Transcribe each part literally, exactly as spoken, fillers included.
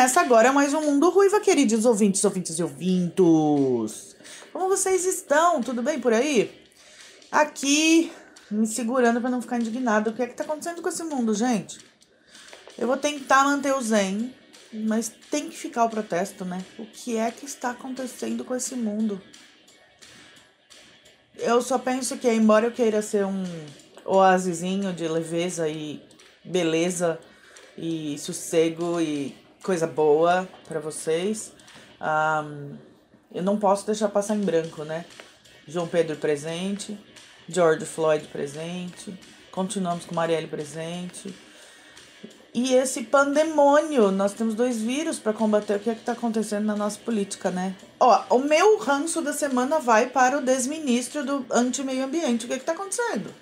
Começa agora mais um Mundo Ruiva, queridos ouvintes, ouvintes e ouvintos. Como vocês estão? Tudo bem por aí? Aqui, me segurando pra não ficar indignado. O que é que tá acontecendo com esse mundo, gente? Eu vou tentar manter o zen, mas tem que ficar o protesto, né? O que é que está acontecendo com esse mundo? Eu só penso que, embora eu queira ser um oásisinho de leveza e beleza e sossego e coisa boa pra vocês, um, eu não posso deixar passar em branco, né? João Pedro presente, George Floyd presente, continuamos com Marielle presente. E esse pandemônio, nós temos dois vírus para combater o que é que tá acontecendo na nossa política, né? Ó, o meu ranço da semana vai para o desministro do anti-meio ambiente. O que é que tá acontecendo?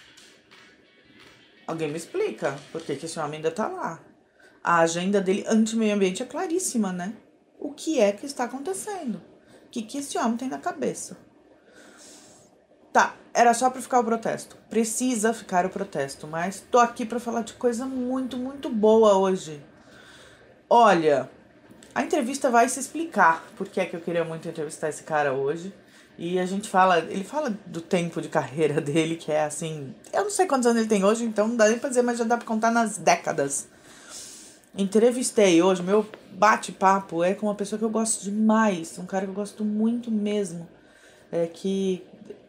Alguém me explica por que que esse homem ainda tá lá. A agenda dele anti-meio ambiente é claríssima, né? O que é que está acontecendo? O que que esse homem tem na cabeça? Tá, era só pra ficar o protesto. Precisa ficar o protesto, mas tô aqui pra falar de coisa muito, muito boa hoje. Olha, a entrevista vai se explicar por que é que eu queria muito entrevistar esse cara hoje. E a gente fala, ele fala do tempo de carreira dele, que é assim... Eu não sei quantos anos ele tem hoje, então não dá nem pra dizer, mas já dá pra contar nas décadas. Entrevistei hoje, meu bate-papo é com uma pessoa que eu gosto demais, um cara que eu gosto muito mesmo. É que...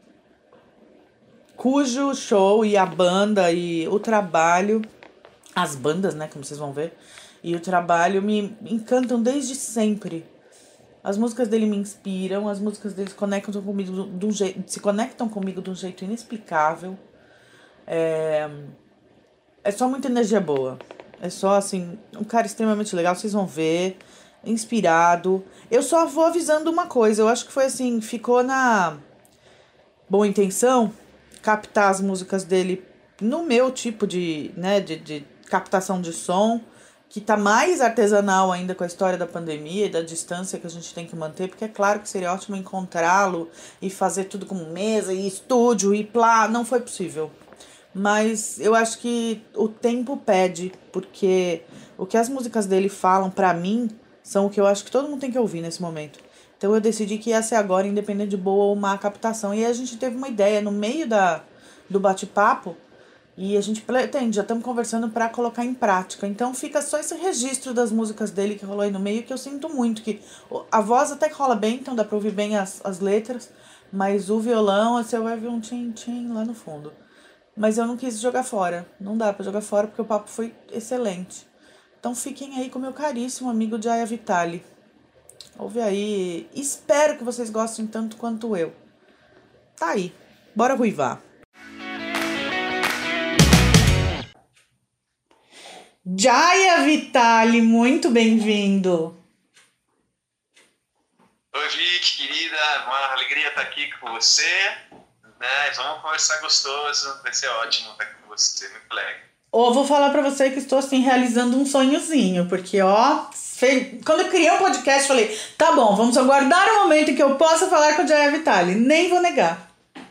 cujo show e a banda e o trabalho, as bandas, né, como vocês vão ver, e o trabalho me encantam desde sempre. As músicas dele me inspiram, as músicas dele se conectam comigo de um jeito, se conectam comigo de um jeito inexplicável. É, é só muita energia boa. É só, assim, um cara extremamente legal, vocês vão ver, inspirado. Eu só vou avisando uma coisa, eu acho que foi assim, ficou na boa intenção captar as músicas dele no meu tipo de, né, de, de captação de som, que tá mais artesanal ainda com a história da pandemia e da distância que a gente tem que manter, porque é claro que seria ótimo encontrá-lo e fazer tudo com mesa e estúdio e plá, não foi possível. Mas eu acho que o tempo pede, porque o que as músicas dele falam pra mim são o que eu acho que todo mundo tem que ouvir nesse momento. Então eu decidi que ia ser agora, independente de boa ou má captação. E aí a gente teve uma ideia no meio da, do bate-papo e a gente pretende, já estamos conversando para colocar em prática. Então fica só esse registro das músicas dele que rolou aí no meio, que eu sinto muito, que a voz até que rola bem, então dá para ouvir bem as, as letras, mas o violão, você vai ver um tchim-tchim lá no fundo. Mas eu não quis jogar fora, não dá para jogar fora porque o papo foi excelente. Então fiquem aí com o meu caríssimo amigo Jaya Vitali. Ouve aí. Espero que vocês gostem tanto quanto eu. Tá aí. Bora ruivar. Jaya Vitali, muito bem-vindo. Oi, Vicky, querida. Uma alegria estar aqui com você. Né? Vamos conversar gostoso. Vai ser ótimo estar aqui com você. Muito legal. Ó, vou falar pra você que estou, assim, realizando um sonhozinho. Porque, ó... Quando eu criei um podcast, falei, tá bom, vamos aguardar o momento em que eu possa falar com o Jaya Vitali. Nem vou negar.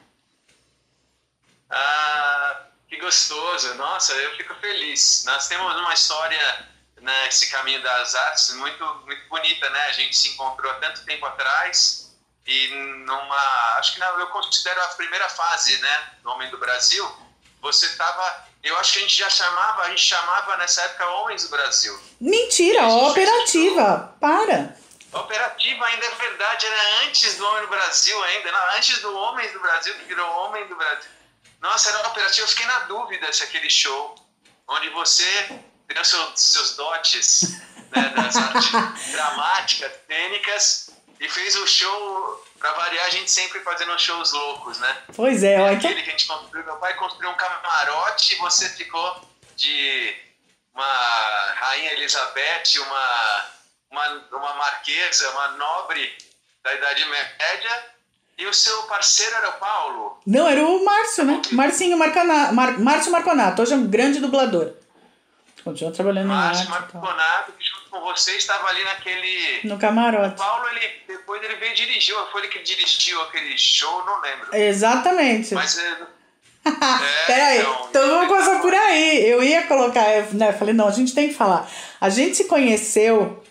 Ah, que gostoso. Nossa, eu fico feliz. Nós temos uma história nesse caminho das artes muito, muito bonita, né? A gente se encontrou há tanto tempo atrás e numa... Acho que não, eu considero a primeira fase, né? Do Homem do Brasil. Você estava... Eu acho que a gente já chamava, a gente chamava nessa época Homens do Brasil. Mentira, operativa, para. Operativa ainda é verdade, era antes do Homem do Brasil ainda, não, antes do Homens do Brasil, que virou Homem do Brasil. Nossa, era operativa, eu fiquei na dúvida se aquele show, onde você deu seu, seus dotes, né, das artes dramáticas, cênicas, e fez o show... Pra variar, a gente sempre fazendo shows loucos, né? Pois é, ó. Aquele que a gente construiu, meu pai construiu um camarote e você ficou de uma rainha Elizabeth, uma, uma, uma marquesa, uma nobre da Idade Média, e o seu parceiro era o Paulo. Não, era o Márcio, né? Marcinho Marcana... Mar... Márcio Marconato, hoje é um grande dublador. Continua trabalhando Márcio em arte. Márcio Marconato, que junto com você estava ali naquele... No camarote. O Paulo, ele, depois ele veio e dirigiu, foi ele que dirigiu aquele show, não lembro. Exatamente. Mas... É, Peraí, então, então vamos começar por aí. Eu ia colocar, né? Falei, não, a gente tem que falar. A gente se conheceu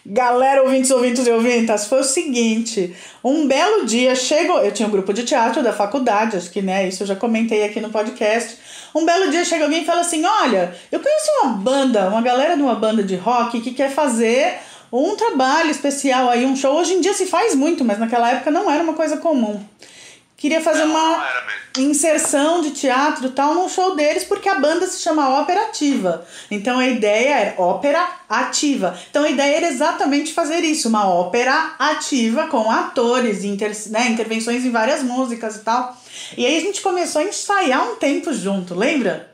Galera, ouvintes, ouvintes e ouvintas, foi o seguinte, um belo dia chegou, eu tinha um grupo de teatro da faculdade, acho que, né, isso eu já comentei aqui no podcast, um belo dia chega alguém e fala assim, olha, eu conheço uma banda, uma galera de uma banda de rock que quer fazer um trabalho especial aí, um show, hoje em dia se faz muito, mas naquela época não era uma coisa comum. Queria fazer não, uma não inserção de teatro e tal num show deles, porque a banda se chama Ópera Ativa. Então a ideia era ópera ativa. Então a ideia era exatamente fazer isso, uma ópera ativa com atores, inter, né, intervenções em várias músicas e tal. E aí a gente começou a ensaiar um tempo junto, lembra?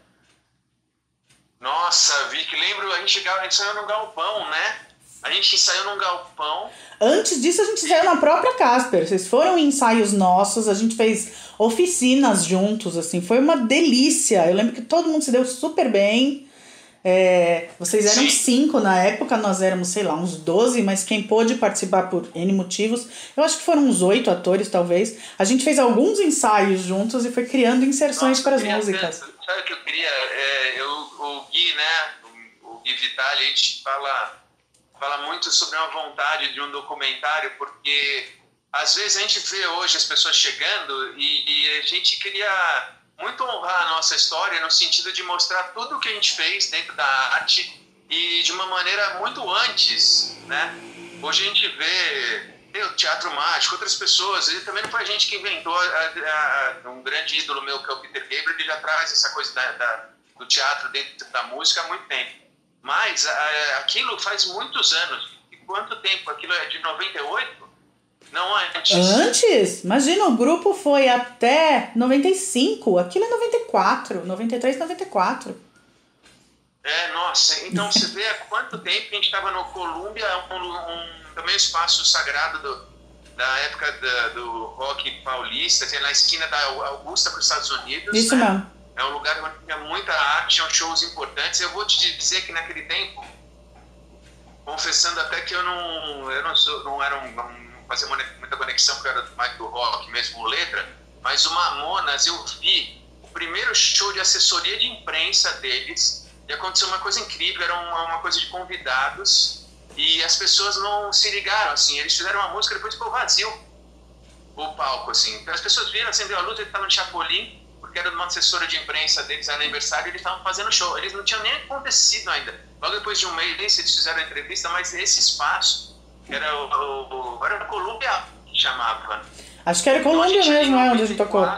Nossa, Vicky, lembro, a gente ensaiou no galpão, né? A gente ensaiou num galpão. Antes disso, a gente ensaiou na própria Casper. Vocês foram em ensaios nossos, a gente fez oficinas juntos, assim. Foi uma delícia. Eu lembro que todo mundo se deu super bem. É, vocês eram Sim. cinco na época, nós éramos, sei lá, uns doze, mas quem pôde participar por N motivos, eu acho que foram uns oito atores, talvez. A gente fez alguns ensaios juntos e foi criando inserções para as músicas. Tanto. Sabe o que eu queria? É, eu, o Gui, né? O, o Gui Vitali, a gente fala... fala muito sobre uma vontade de um documentário, porque às vezes a gente vê hoje as pessoas chegando e, e a gente queria muito honrar a nossa história no sentido de mostrar tudo o que a gente fez dentro da arte e de uma maneira muito antes, né? Hoje a gente vê o Teatro Mágico, outras pessoas, e também não foi a gente que inventou, a, a, a, um grande ídolo meu que é o Peter Gabriel, ele já traz essa coisa da, da, do teatro dentro da música há muito tempo. Mas a, aquilo faz muitos anos. E quanto tempo? Aquilo é de noventa e oito? Não antes. Antes? Imagina, o grupo foi até noventa e cinco. Aquilo é noventa e quatro. noventa e três, noventa e quatro. É, nossa. Então você vê há quanto tempo que a gente estava no Columbia, um, um, também um espaço sagrado do, da época da, do rock paulista, assim, na esquina da Augusta para os Estados Unidos. Isso né? mesmo. É um lugar onde tinha muita arte, tinham shows importantes. Eu vou te dizer que naquele tempo, confessando até que eu não, eu não, sou, não era um, não fazia muita conexão, porque eu era mais do rock mesmo, letra, mas o Mamonas, eu vi o primeiro show de assessoria de imprensa deles e aconteceu uma coisa incrível, era uma, uma coisa de convidados e as pessoas não se ligaram, assim, eles fizeram uma música e depois ficou vazio o palco, assim. As pessoas viram, acendeu a luz, ele estava no Chapolin, que era uma assessora de imprensa deles, aniversário, eles estavam fazendo show. Eles não tinham nem acontecido ainda. Logo depois de um mês, eles fizeram a entrevista, mas esse espaço, era o, o, o era o Columbia que chamava. Acho que era Columbia então, mesmo, é onde a gente tocou.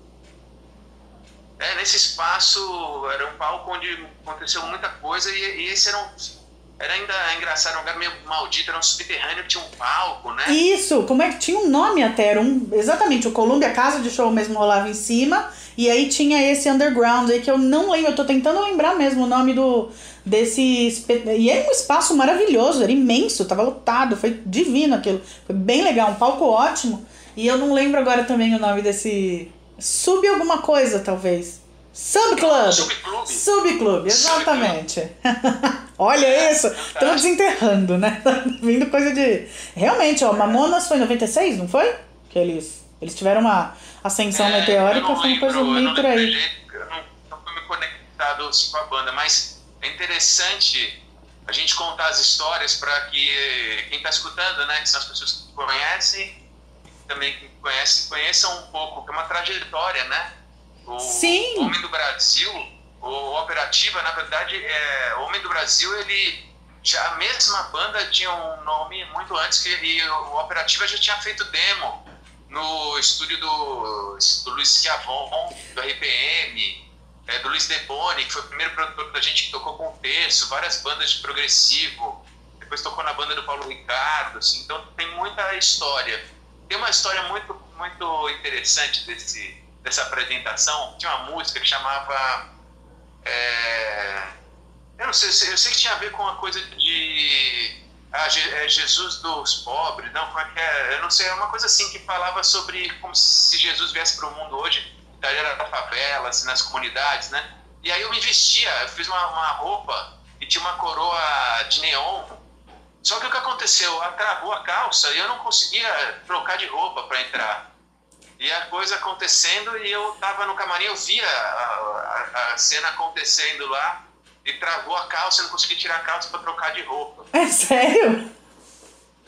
É, nesse espaço, era um palco onde aconteceu muita coisa e, e esse era um... Era ainda engraçado, um lugar meio maldito, era um subterrâneo que tinha um palco, né? Isso, como é que tinha um nome até, era um, exatamente, o Columbia, a casa de show mesmo rolava em cima, e aí tinha esse underground aí que eu não lembro, eu tô tentando lembrar mesmo o nome do, desse, e era um espaço maravilhoso, era imenso, tava lotado, foi divino aquilo, foi bem legal, um palco ótimo, e eu não lembro agora também o nome desse, Sub alguma coisa talvez. Subclub. Subclube. Subclube, exatamente. Olha é, isso, estão desenterrando, né? Vindo coisa de... Realmente, ó, Mamonas foi em noventa e seis, não foi? Que eles, eles tiveram uma ascensão é, meteórica, foi uma coisa meio por aí. Jeito, eu não, não fui me conectado assim, com a banda, mas é interessante a gente contar as histórias para que quem está escutando, né, que são as pessoas que conhecem, também que conhecem, conheçam um pouco, que é uma trajetória, né? O Sim. Homem do Brasil, o Operativa, na verdade, é, o Homem do Brasil, ele já, a mesma banda tinha um nome muito antes, que e o Operativa já tinha feito demo no estúdio do, do Luiz Schiavon, do R P M, é, do Luiz Deboni, que foi o primeiro produtor da gente que tocou com o Terço, várias bandas de progressivo, depois tocou na banda do Paulo Ricardo, assim, então tem muita história. Tem uma história muito, muito interessante desse, dessa apresentação. Tinha uma música que chamava... É, eu não sei, eu sei que tinha a ver com uma coisa de... Ah, Jesus dos pobres, não, como é que é? Eu não sei, é uma coisa assim que falava sobre como se Jesus viesse para o mundo hoje, estaria na favela, assim, nas comunidades, né? E aí eu me vestia, eu fiz uma, uma roupa e tinha uma coroa de neon. Só que o que aconteceu? Ela travou a calça e eu não conseguia trocar de roupa para entrar. E a coisa acontecendo e eu tava no camarim, eu via a, a, a cena acontecendo lá e travou a calça, eu não consegui tirar a calça para trocar de roupa. É sério?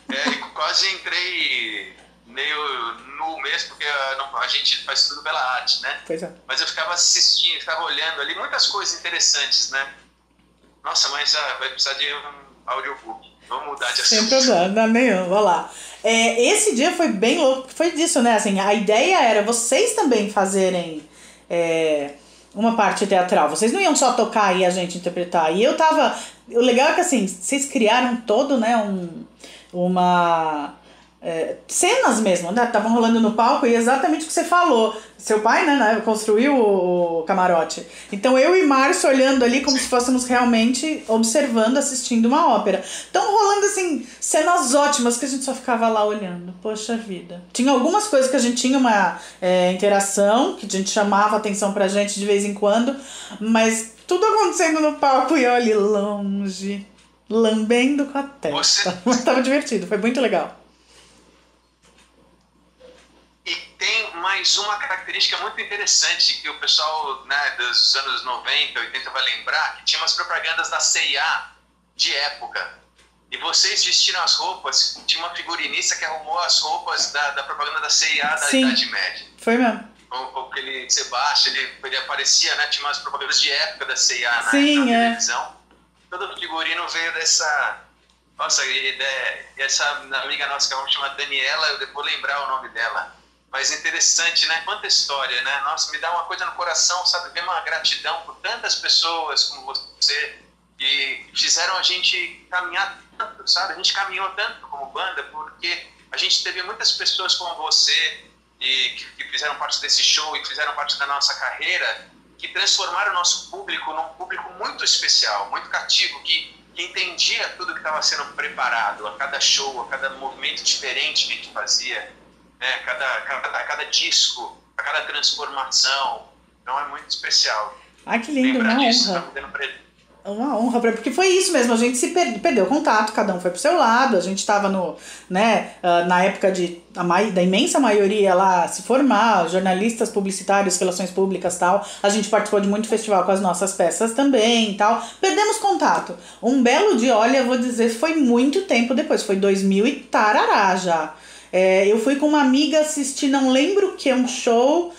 É, e quase entrei meio nu mesmo, porque a, não, a gente faz tudo pela arte, né? Pois é. Mas eu ficava assistindo, ficava olhando ali, muitas coisas interessantes, né? Nossa, mas ah, vai precisar de um audiobook. Vamos mudar de assunto. Sem problema nenhum, vamos lá. É, esse dia foi bem louco, foi disso, né? Assim, a ideia era vocês também fazerem é, uma parte teatral. Vocês não iam só tocar e a gente interpretar. E eu tava... O legal é que, assim, vocês criaram todo, né, um, uma... É, cenas mesmo, né? Estavam rolando no palco e exatamente o que você falou. Seu pai, né, construiu o camarote. Então eu e Márcio olhando ali como se fôssemos realmente observando, assistindo uma ópera. Então rolando assim, cenas ótimas que a gente só ficava lá olhando. Poxa vida. Tinha algumas coisas que a gente tinha uma é, interação, que a gente chamava atenção pra gente de vez em quando, mas tudo acontecendo no palco e eu ali longe, lambendo com a testa. Você... Mas tava divertido, foi muito legal. E tem mais uma característica muito interessante que o pessoal, né, dos anos noventa, oitenta vai lembrar, que tinha umas propagandas da C e A de época. E vocês vestiram as roupas, tinha uma figurinista que arrumou as roupas da, da propaganda da C e A da Sim, Idade Média. Foi mesmo. O, aquele Sebastião, ele, ele aparecia, né, tinha umas propagandas de época da C e A na, Sim, na é. televisão. Todo figurino veio dessa... Nossa, e, e essa amiga nossa que vamos chamar Daniela, eu vou lembrar o nome dela. Mas interessante, né? Quanta história, né? Nossa, me dá uma coisa no coração, sabe? Ver uma gratidão por tantas pessoas como você que fizeram a gente caminhar tanto, sabe? A gente caminhou tanto como banda porque a gente teve muitas pessoas como você e que, que fizeram parte desse show e que fizeram parte da nossa carreira que transformaram o nosso público num público muito especial, muito cativo, que, que entendia tudo que estava sendo preparado, a cada show, a cada movimento diferente que a gente fazia. É, cada, cada, cada disco, a cada transformação. Então é muito especial. Ai, que lindo, uma disso, honra. tá me dando pra... Uma honra, porque foi isso mesmo, a gente se per- perdeu contato, cada um foi pro seu lado, a gente tava no, né, uh, na época de, a mai- da imensa maioria lá se formar, jornalistas, publicitários, relações públicas e tal, a gente participou de muito festival com as nossas peças também e tal, perdemos contato. Um belo dia, olha, vou dizer, foi muito tempo depois, foi dois mil e tarará já. É, eu fui com uma amiga assistir, não lembro o que, um show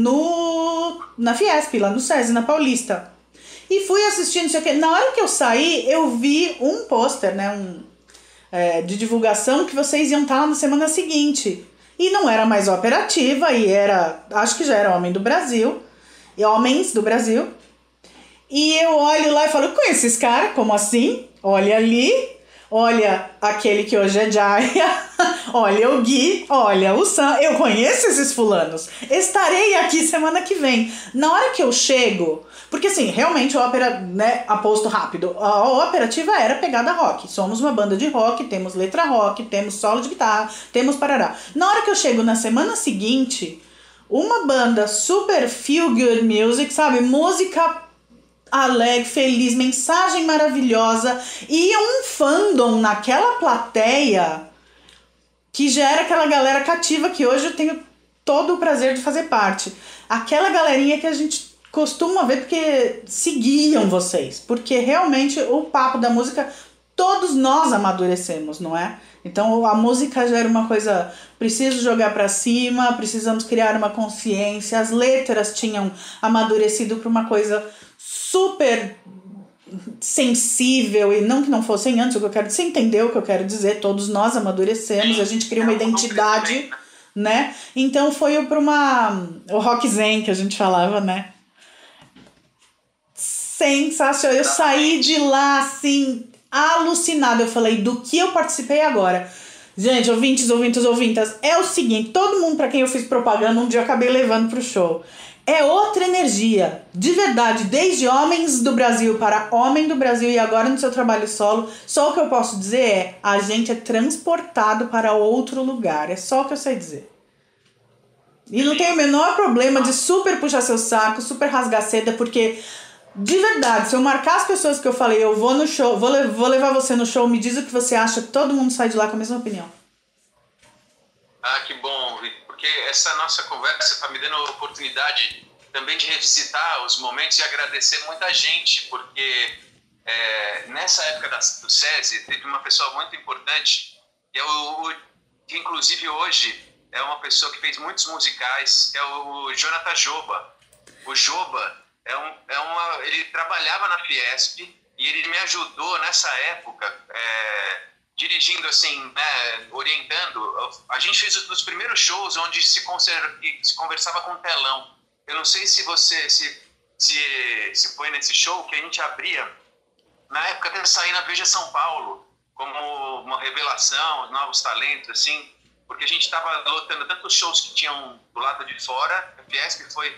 no, na Fiesp, lá no SESI, na Paulista. E fui assistindo, não sei o que. Na hora que eu saí, eu vi um pôster, né, um, é, de divulgação que vocês iam estar lá na semana seguinte. E não era mais operativa, e era, acho que já era Homem do Brasil, e Homens do Brasil. E eu olho lá e falo, conheço esse cara? Como assim? Olha ali... Olha aquele que hoje é Jaya, olha o Gui, olha o Sam, eu conheço esses fulanos, estarei aqui semana que vem. Na hora que eu chego, porque assim, realmente a ópera, né, aposto rápido, a operativa era pegada rock, somos uma banda de rock, temos letra rock, temos solo de guitarra, temos parará. Na hora que eu chego na semana seguinte, uma banda super feel good music, sabe, música alegre, feliz, mensagem maravilhosa e um fandom naquela plateia que já era aquela galera cativa que hoje eu tenho todo o prazer de fazer parte. Aquela galerinha que a gente costuma ver porque seguiam vocês, porque realmente o papo da música todos nós amadurecemos, não é? Então a música já era uma coisa, preciso jogar pra cima, precisamos criar uma consciência, as letras tinham amadurecido para uma coisa super sensível, e não que não fossem antes, o que eu quero, você entendeu o que eu quero dizer, todos nós amadurecemos, a gente cria uma identidade, né? Então foi para uma, o rock zen que a gente falava, né? Sensacional, eu saí de lá assim, alucinada, eu falei, do que eu participei agora? Gente, ouvintes, ouvintes, ouvintas, é o seguinte, todo mundo para quem eu fiz propaganda, um dia eu acabei levando pro show. É outra energia, de verdade, desde Homens do Brasil para Homem do Brasil e agora no seu trabalho solo, só o que eu posso dizer é, a gente é transportado para outro lugar, é só o que eu sei dizer. E não tem o menor problema de super puxar seu saco, super rasgar seda, porque, de verdade, se eu marcar as pessoas que eu falei, eu vou no show, vou, le- vou levar você no show, me diz o que você acha, todo mundo sai de lá com a mesma opinião. Ah, que bom, porque essa nossa conversa está me dando a oportunidade também de revisitar os momentos e agradecer muita gente, porque é, nessa época da, do SESI teve uma pessoa muito importante Eu, o, que inclusive hoje é uma pessoa que fez muitos musicais, é o Jonathan Joba. O Joba é um, é uma, ele trabalhava na Fiesp e ele me ajudou nessa época, é, dirigindo, assim, né, orientando. A gente fez um dos primeiros shows onde se, conser, se conversava com telão. Eu não sei se você se, se, se foi nesse show que a gente abria, na época até sair na Veja São Paulo, como uma revelação, novos talentos, assim, porque a gente estava lotando tantos shows que tinham do lado de fora. A Fiesp foi,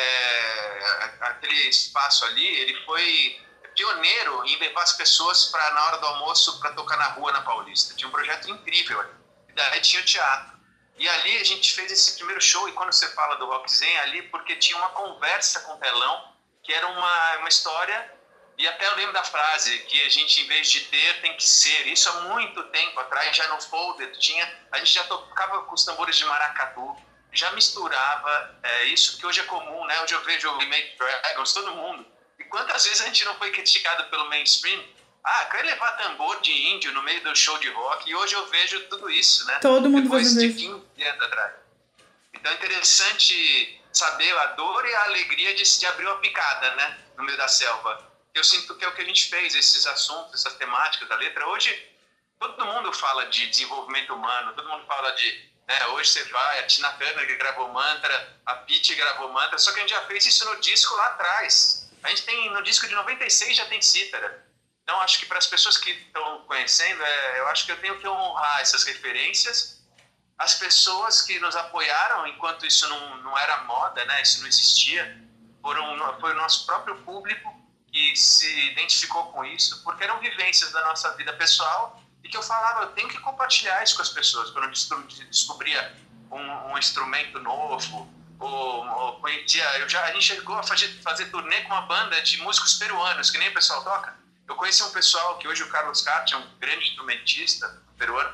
é, aquele espaço ali, ele foi pioneiro em levar as pessoas para na hora do almoço para tocar na rua na Paulista. Tinha um projeto incrível ali. E daí tinha o teatro. E ali a gente fez esse primeiro show, e quando você fala do Rock Zen, ali porque tinha uma conversa com o telão, que era uma, uma história, e até eu lembro da frase, que a gente, em vez de ter, tem que ser. Isso há muito tempo atrás, já no Folded, tinha, a gente já tocava com os tambores de maracatu, já misturava, é, isso que hoje é comum, né? Hoje eu vejo o Imagine Dragons, todo mundo. E quantas vezes a gente não foi criticado pelo mainstream? Ah, quer levar tambor de índio no meio do show de rock? E hoje eu vejo tudo isso, né? Todo mundo depois fazendo de isso. quinze anos atrás. Então é interessante saber a dor e a alegria de se abrir uma picada, né? No meio da selva. Eu sinto que é o que a gente fez, esses assuntos, essas temáticas da letra. Hoje, todo mundo fala de desenvolvimento humano, todo mundo fala de... Né, hoje você vai, a Tina Turner que gravou Mantra, a Pitty gravou Mantra, só que a gente já fez isso no disco lá atrás. A gente tem, no disco de noventa e seis já tem cítara. Então, acho que para as pessoas que estão conhecendo, é, eu acho que eu tenho que honrar essas referências. As pessoas que nos apoiaram enquanto isso não, não era moda, né, isso não existia, foram, foi o nosso próprio público que se identificou com isso, porque eram vivências da nossa vida pessoal e que eu falava, eu tenho que compartilhar isso com as pessoas. Quando eu descobria um, um instrumento novo, ou, ou conhecia, eu já, a gente chegou a fazer, fazer turnê com uma banda de músicos peruanos, que nem o pessoal toca. Eu conheci um pessoal, que hoje o Carlos Carte é um grande instrumentista peruano,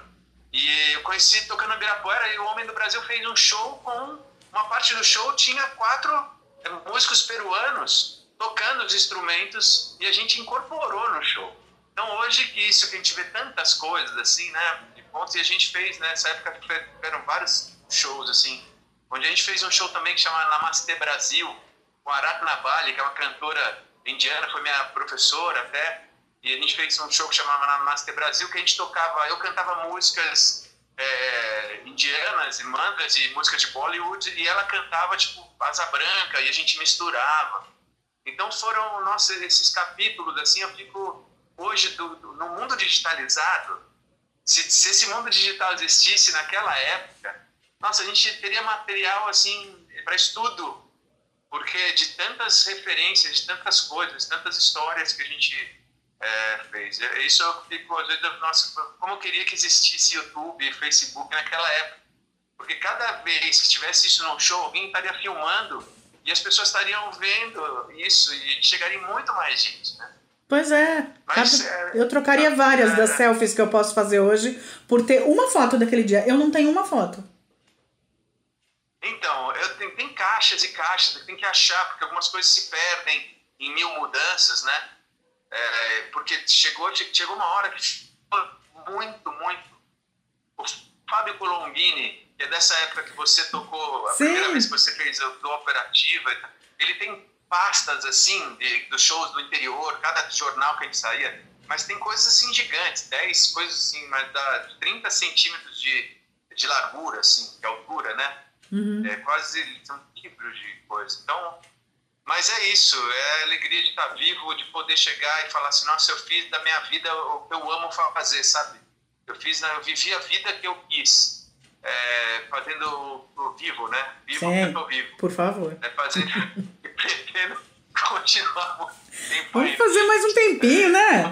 e eu conheci tocando no Ibirapuera, e o Homem do Brasil fez um show com... Uma parte do show tinha quatro músicos peruanos tocando os instrumentos, e a gente incorporou no show. Então hoje que isso, que a gente vê tantas coisas assim, né, de pontos, e a gente fez, né, nessa época tiveram vários shows assim, onde a gente fez um show também que chama Namastê Brasil, com a Aratna Bali, que é uma cantora indiana, foi minha professora até, e a gente fez um show que chamava Namastê Brasil, que a gente tocava, eu cantava músicas é, indianas, e mantras, e música de Bollywood, e ela cantava, tipo, Asa Branca, e a gente misturava. Então foram, nossa, esses capítulos, assim, eu fico, hoje, do, do, no mundo digitalizado, se, se esse mundo digital existisse naquela época, nossa, a gente teria material, assim, para estudo, porque de tantas referências, de tantas coisas, tantas histórias que a gente é, fez. Isso eu fico, às vezes, nossa, como eu queria que existisse YouTube, Facebook naquela época. Porque cada vez que tivesse isso num show, alguém estaria filmando e as pessoas estariam vendo isso e chegaria em muito mais gente, né? Pois é. Mas, Cada... é eu trocaria é, várias é, das selfies que eu posso fazer hoje por ter uma foto daquele dia. Eu não tenho uma foto. Então, eu tenho, tem caixas e caixas, tem que achar, porque algumas coisas se perdem em mil mudanças, né? É, porque chegou, chegou uma hora que muito, muito. O Fábio Colombini, que é dessa época que você tocou, a Sim. primeira vez que você fez o do Operativa, ele tem pastas assim, de, dos shows do interior, cada jornal que a gente saía, mas tem coisas assim gigantes, dez coisas assim, mas dá trinta centímetros de, de largura, assim, de altura, né? Uhum. É quase um livro de coisa. Então, mas é isso, é a alegria de estar vivo, de poder chegar e falar assim, nossa, eu fiz da minha vida o que eu amo fazer, sabe? Eu fiz, eu vivi a vida que eu quis, é, fazendo o vivo, né? Vivo Sim, que eu tô vivo. por favor. É fazendo e pretendo continuar muito tempo Vamos ainda. fazer mais um tempinho, né?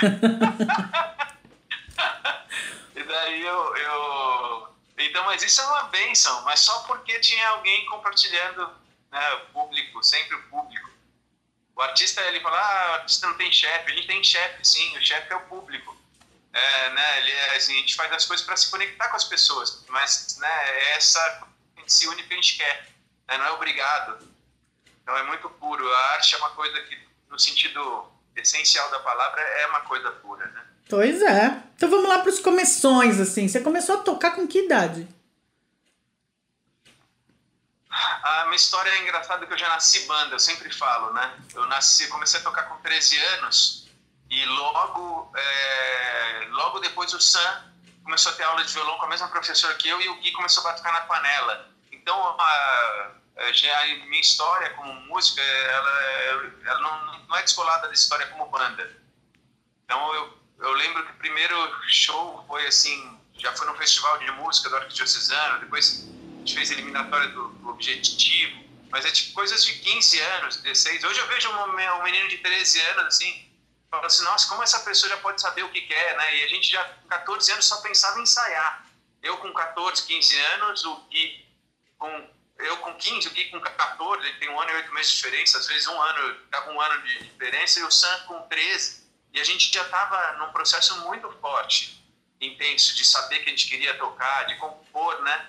E daí eu, eu... Então, mas isso é uma bênção, mas só porque tinha alguém compartilhando, né, o público, sempre o público. O artista, ele fala, ah, o artista não tem chefe. A gente tem chefe, sim, o chefe é o público. É, né, ele é, assim, a gente faz as coisas para se conectar com as pessoas, mas, né, é essa, a gente se une porque a gente quer, né, não é obrigado. Então é muito puro. A arte é uma coisa que, no sentido essencial da palavra é uma coisa pura, né? Pois é. Então vamos lá para os começões, assim. Você começou a tocar com que idade? A minha história é engraçada que eu já nasci banda, eu sempre falo, né? Eu nasci, comecei a tocar com treze anos e logo, é, logo depois o Sam começou a ter aula de violão com a mesma professora que eu e o Gui começou a batucar na panela. Então, a, a minha história como música, ela, ela não, não é descolada da história como banda. Então, eu, eu lembro que o primeiro show foi assim, já foi no festival de música do Arquidiocesano, depois a gente fez a eliminatória do, do Objetivo, mas é tipo coisas de quinze anos, dezesseis. Hoje eu vejo um, um menino de treze anos, assim, falando assim, nossa, como essa pessoa já pode saber o que quer, né? E a gente já com catorze anos só pensava em ensaiar. Eu com catorze, quinze anos, o Gui com... Eu com quinze, o Gui com catorze, ele tem um ano e oito meses de diferença, às vezes um ano, tava um ano de diferença, e o Sam com treze. E a gente já estava num processo muito forte, intenso, de saber que a gente queria tocar, de compor, né?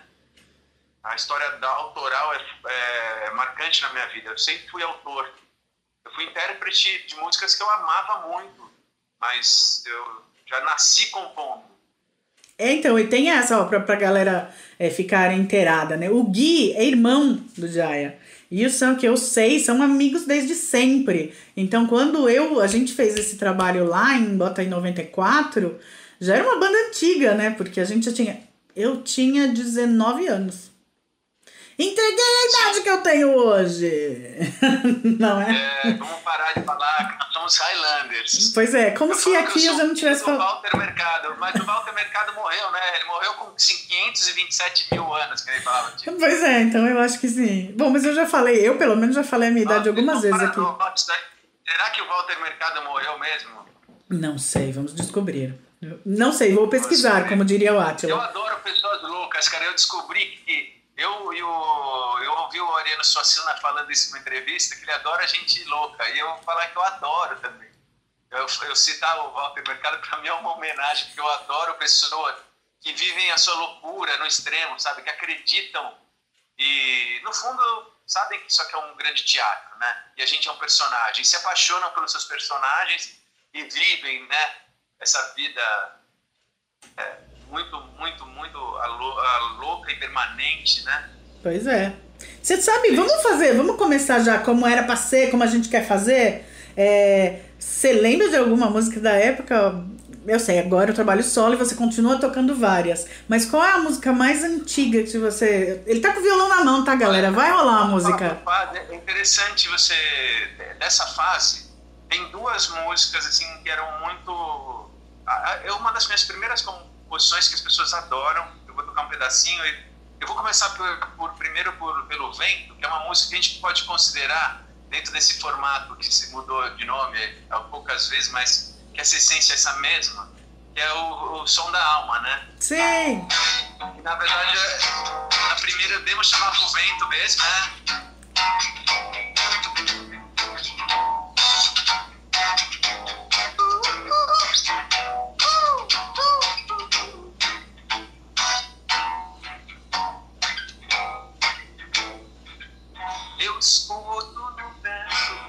A história da autoral é, é marcante na minha vida. Eu sempre fui autor. Eu fui intérprete de músicas que eu amava muito, mas eu já nasci compondo. É, então, e tem essa, ó, pra, pra galera é, ficar inteirada, né? O Gui é irmão do Jaya. E o Sam, que eu sei, são amigos desde sempre. Então, quando eu, a gente fez esse trabalho lá em Bota em noventa e quatro, já era uma banda antiga, né? Porque a gente já tinha... Eu tinha dezenove anos. Entreguei a idade que eu tenho hoje. Não é? É, vamos parar de falar que nós somos Highlanders. Pois é, como eu se aqui eu já não tivesse falado. O Walter Mercado, mas o Walter Mercado morreu, né? Ele morreu com quinhentos e vinte e sete mil anos, que ele falava. Tipo. Pois é, então eu acho que sim. Bom, mas eu já falei, eu pelo menos já falei a minha idade ah, algumas vezes aqui. Será que o Walter Mercado morreu mesmo? Não sei, vamos descobrir. Não sei, vou pesquisar, como diria o Átila. Eu adoro pessoas loucas, cara. Eu descobri que Eu, eu, eu ouvi o Ariano Suassuna falando isso numa entrevista, que ele adora gente louca, e eu vou falar que eu adoro também. Eu, eu citar o Walter Mercado, para mim é uma homenagem, porque eu adoro pessoas que vivem a sua loucura no extremo, sabe, que acreditam e, no fundo, sabem que isso aqui é um grande teatro, né? E a gente é um personagem, se apaixonam pelos seus personagens e vivem, né, essa vida... É, muito, muito, muito a, lou- a louca e permanente, né? Pois é. Você sabe, vamos fazer, vamos começar já como era pra ser, como a gente quer fazer. Você é, lembra de alguma música da época? Eu sei, agora eu trabalho solo e você continua tocando várias. Mas qual é a música mais antiga que você... Ele tá com o violão na mão, tá, galera? Vai rolar a música. É interessante você... Dessa fase, tem duas músicas, assim, que eram muito... É uma das minhas primeiras composições que as pessoas adoram. Eu vou tocar um pedacinho e eu vou começar por, por, primeiro por, pelo Vento, que é uma música que a gente pode considerar dentro desse formato que se mudou de nome há poucas vezes, mas que essa essência é essa mesma, que é o, o som da alma, né? Sim! E, na verdade, a primeira demo chamava O Vento mesmo, né? Eu escuto no vento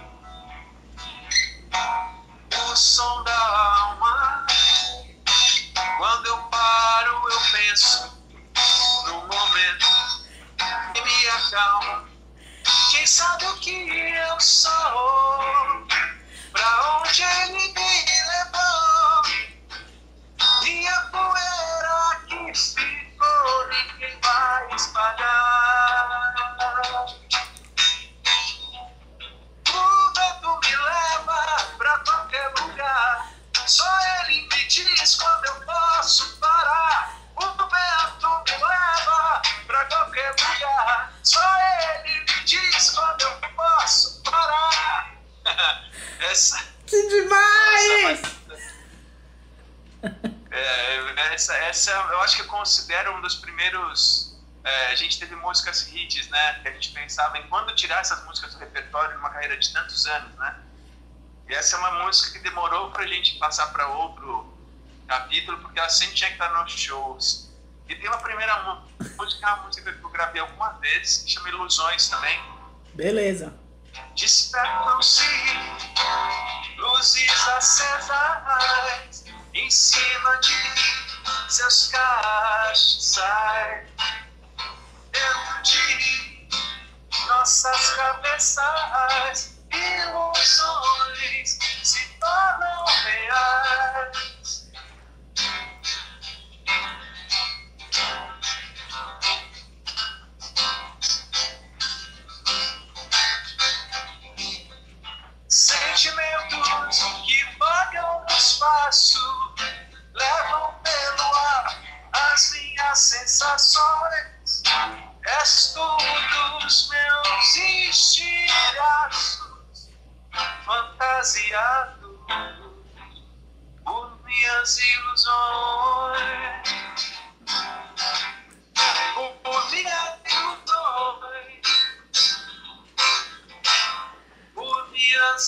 o som da alma. Quando eu paro, eu penso no momento que me acalma. Quem sabe o que eu sou, pra onde ele me levou, e a poeira que ficou ninguém vai espalhar. O vento me leva pra qualquer lugar, só ele me diz quando eu posso parar. O vento me leva pra qualquer lugar, só ele me diz quando eu posso parar. Essa... Que demais! É, essa, essa eu acho que eu considero um dos primeiros... É, a gente teve músicas hits, né? Que a gente pensava em quando tirar essas músicas do repertório numa carreira de tantos anos, né? E essa é uma música que demorou pra gente passar para outro capítulo, porque ela sempre tinha que estar nos shows. E tem uma primeira música, uma música que eu gravei algumas vezes, que chama Ilusões também. Beleza. Despertam-se luzes acesas em cima de seus castiçais, dentro de nossas cabeças, ilusões se tornam reais. Sentimentos que vagam no espaço, levam pelo ar as minhas sensações. És tudo os meus estilhaços, fantasiados por minhas ilusões. Por, por minhas ilusões. Por minhas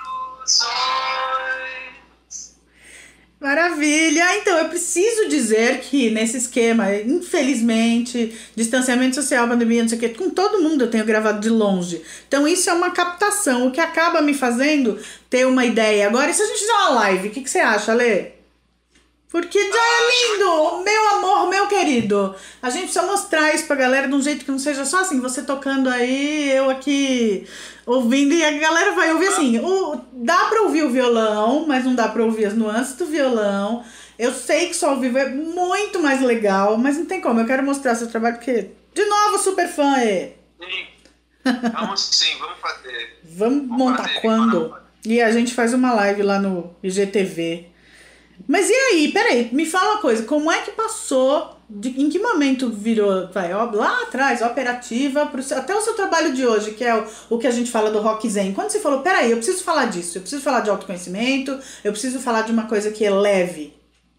ilusões. Maravilha! Então, eu preciso dizer que nesse esquema, infelizmente, distanciamento social, pandemia, não sei o quê, com todo mundo eu tenho gravado de longe. Então, isso é uma captação, o que acaba me fazendo ter uma ideia. Agora, e se a gente fizer uma live, o que, que você acha, Lê? Porque já é lindo, meu amor, meu querido. A gente precisa mostrar isso pra galera de um jeito que não seja só assim, você tocando aí, eu aqui ouvindo, e a galera vai ouvir assim. O, dá pra ouvir o violão, mas não dá pra ouvir as nuances do violão. Eu sei que só ao vivo é muito mais legal, mas não tem como, eu quero mostrar seu trabalho, porque, de novo, super fã é. Sim, vamos sim, vamos fazer. Vamos, vamos montar fazer, quando? E a gente faz uma live lá no I G T V. Mas e aí, peraí, me fala uma coisa, como é que passou, de, em que momento virou, vai, ó, lá atrás, operativa, pro, até o seu trabalho de hoje, que é o, o que a gente fala do rock zen, quando você falou, peraí, eu preciso falar disso, eu preciso falar de autoconhecimento, eu preciso falar de uma coisa que é leve.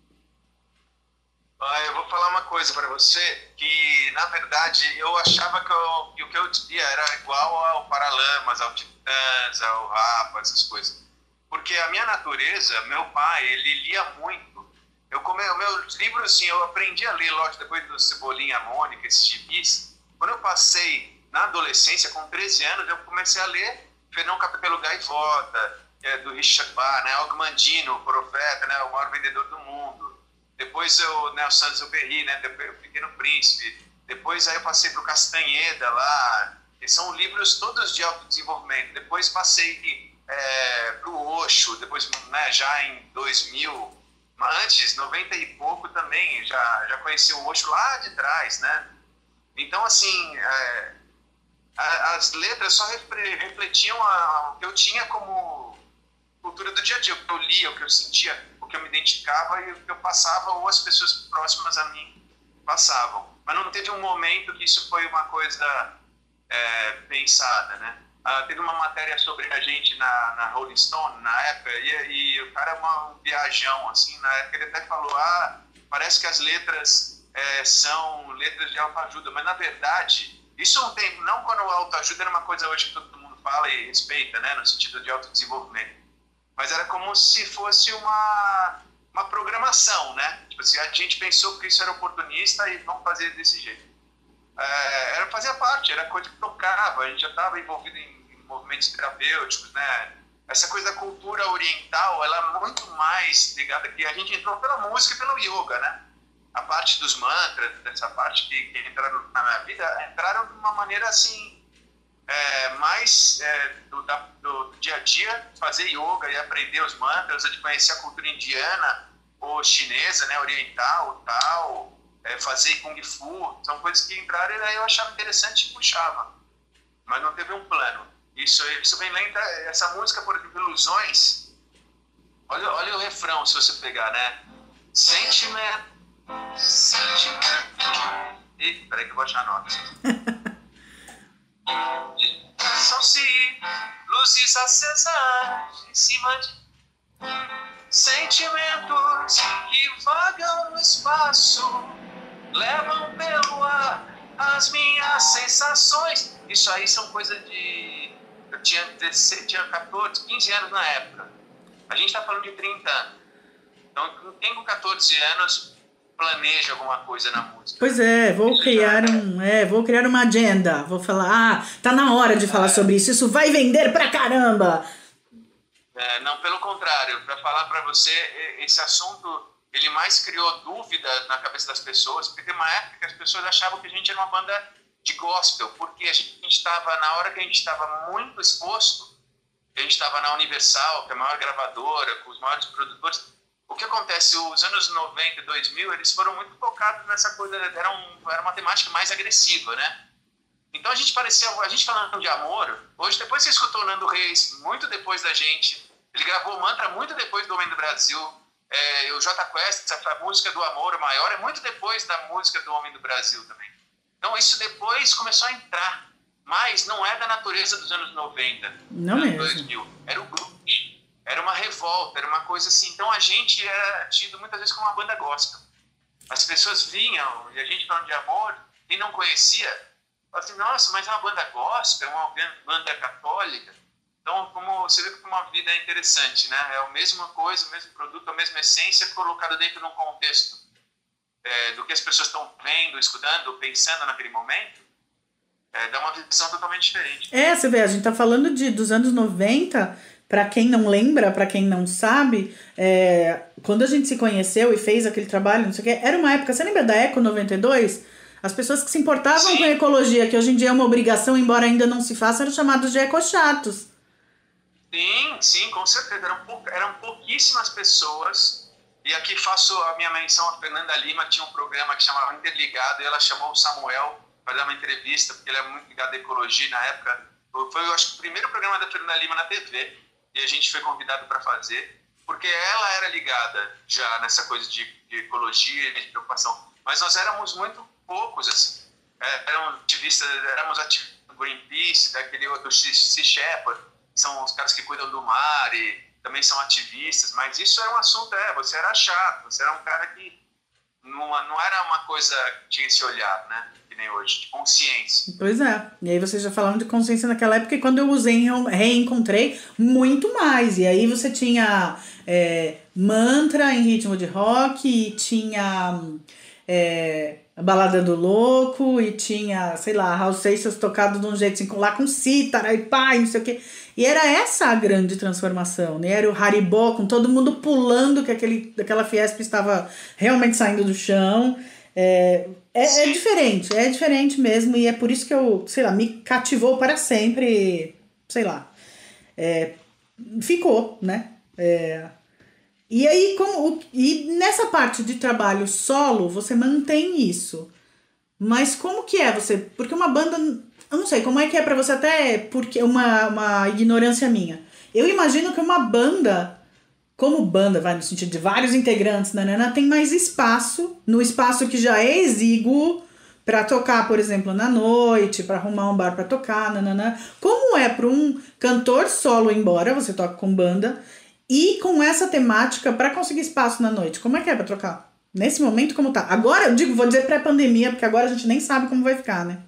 Ah, eu vou falar uma coisa pra você, que na verdade eu achava que, eu, que o que eu dizia era igual ao Paralamas, ao Titãs, ao Rapa, essas coisas. Porque a minha natureza, meu pai, ele lia muito. Eu come, meus livros, assim, eu aprendi a ler, lógico, depois do Cebolinha, Mônica, esses gibis. Quando eu passei na adolescência, com treze anos, eu comecei a ler Fernão Capelo Gaivota, é, do Richard Bach, né, Og Mandino, o Profeta, né, o maior vendedor do mundo. Depois eu, né, o Saint-Exupéry, né, o Pequeno Príncipe. Depois aí eu passei para o Castanheda lá. E são livros todos de autodesenvolvimento. Depois passei É, para o Osho, depois, né, já em dois mil, mas antes, noventa e pouco também, já, já conheci o Osho lá de trás, né? Então, assim, é, a, as letras só refletiam a, o que eu tinha como cultura do dia a dia, o que eu lia, o que eu sentia, o que eu me identificava e o que eu passava, ou as pessoas próximas a mim passavam. Mas não teve um momento que isso foi uma coisa é, pensada, né? Uh, teve uma matéria sobre a gente na, na Rolling Stone, na época, e, e o cara é uma, um viajão, assim, na época ele até falou, ah, parece que as letras é, são letras de autoajuda, mas na verdade, isso não tem, não quando o autoajuda era uma coisa hoje que todo mundo fala e respeita, né, no sentido de autodesenvolvimento, mas era como se fosse uma, uma programação, né, tipo assim, a gente pensou que isso era oportunista e vamos fazer desse jeito. É, era fazia parte, era coisa que tocava, a gente já estava envolvido em, em movimentos terapêuticos, né? Essa coisa da cultura oriental, ela é muito mais ligada que a gente entrou pela música e pelo yoga, né? A parte dos mantras, essa parte que, que entraram na minha vida, entraram de uma maneira assim, é, mais é, do, da, do dia a dia, fazer yoga e aprender os mantras, de conhecer a cultura indiana ou chinesa, né? Oriental, tal. É, fazer Kung Fu, são coisas que entraram e aí eu achava interessante e puxava. Mas não teve um plano. Isso, isso vem lenta, essa música, por exemplo, Ilusões, olha, olha o refrão, se você pegar, né? Sentimento, sentimento. Ih, peraí que eu vou achar a nota. São-se luzes acesas em cima de sentimentos que vagam no espaço, levam pelo ar as minhas sensações. Isso aí são coisas de... Eu tinha, dezesseis, tinha catorze, quinze anos na época. A gente está falando de trinta anos. Então, quem com catorze anos planeja alguma coisa na música? Pois é, vou isso criar é... um, é, vou criar uma agenda. Vou falar, ah, tá na hora de falar é. sobre isso. Isso vai vender pra caramba. É, não, pelo contrário, para falar para você, esse assunto ele mais criou dúvida na cabeça das pessoas, porque tem uma época que as pessoas achavam que a gente era uma banda de gospel, porque a gente estava, na hora que a gente estava muito exposto, a gente estava na Universal, que é a maior gravadora, com os maiores produtores. O que acontece, os anos noventa e dois mil, eles foram muito focados nessa coisa, era, um, era uma temática mais agressiva, né? Então a gente parecia, a gente falando de amor, hoje depois você escutou o Nando Reis, muito depois da gente, ele gravou Mantra muito depois do Homem do Brasil, é, o Jota Quest, a música do Amor Maior, é muito depois da música do Homem do Brasil também. Então isso depois começou a entrar, mas não é da natureza dos anos noventa, não anos mesmo. dois mil, era o grunge, era uma revolta, era uma coisa assim, então a gente era tido muitas vezes como uma banda gospel. As pessoas vinham, e a gente falando de amor, quem não conhecia, falava assim, nossa, mas é uma banda gospel, é uma banda católica. Então, como você vê que uma vida é interessante, né? É a mesma coisa, o mesmo produto, a mesma essência colocada dentro de um contexto é, do que as pessoas estão vendo, escutando, pensando naquele momento, é, dá uma visão totalmente diferente. É, você vê, a gente tá falando de, dos anos noventa, pra quem não lembra, pra quem não sabe, é, quando a gente se conheceu e fez aquele trabalho, não sei o quê, era uma época, você lembra da Eco noventa e dois? As pessoas que se importavam Sim. com a ecologia, que hoje em dia é uma obrigação, embora ainda não se faça, eram chamados de ecochatos. Sim, sim, com certeza. Eram, pou, eram pouquíssimas pessoas. E aqui faço a minha menção a Fernanda Lima, tinha um programa que chamava Interligado, e ela chamou o Samuel para dar uma entrevista, porque ele é muito ligado à ecologia na época. Foi, eu acho, o primeiro programa da Fernanda Lima na T V, e a gente foi convidado para fazer, porque ela era ligada já nessa coisa de, de ecologia, de preocupação. Mas nós éramos muito poucos, assim. É, eram ativistas, éramos ativistas do Greenpeace, daquele outro Sea Shepherd, são os caras que cuidam do mar e também são ativistas, mas isso era um assunto, é, você era chato, você era um cara que não, não era uma coisa que tinha esse olhar, né, que nem hoje, de consciência. Pois é, e aí vocês já falaram de consciência naquela época, e quando eu usei, reencontrei muito mais, e aí você tinha é, Mantra em ritmo de rock, e tinha... É, a Balada do Louco, e tinha, sei lá, Raul Seixas tocado de um jeito assim, lá com cítara e pá, e não sei o quê. E era essa a grande transformação, né? Era o Haribó com todo mundo pulando, que aquele, aquela Fiesp estava realmente saindo do chão. É, é, é diferente, é diferente mesmo, e é por isso que eu, sei lá, me cativou para sempre, sei lá. É, ficou, né? É, E aí, como, e nessa parte de trabalho solo, você mantém isso. Mas como que é você? Porque uma banda, eu não sei, como é que é pra você, até porque uma, uma ignorância minha. Eu imagino que uma banda, como banda, vai no sentido de vários integrantes, nanana, tem mais espaço, no espaço que já é exíguo, pra tocar, por exemplo, na noite, pra arrumar um bar pra tocar, nanana. Como é pra um cantor solo, embora você toque com banda, e com essa temática para conseguir espaço na noite? Como é que é para trocar? Nesse momento, como tá? Agora, eu digo, vou dizer pré-pandemia, porque agora a gente nem sabe como vai ficar, né?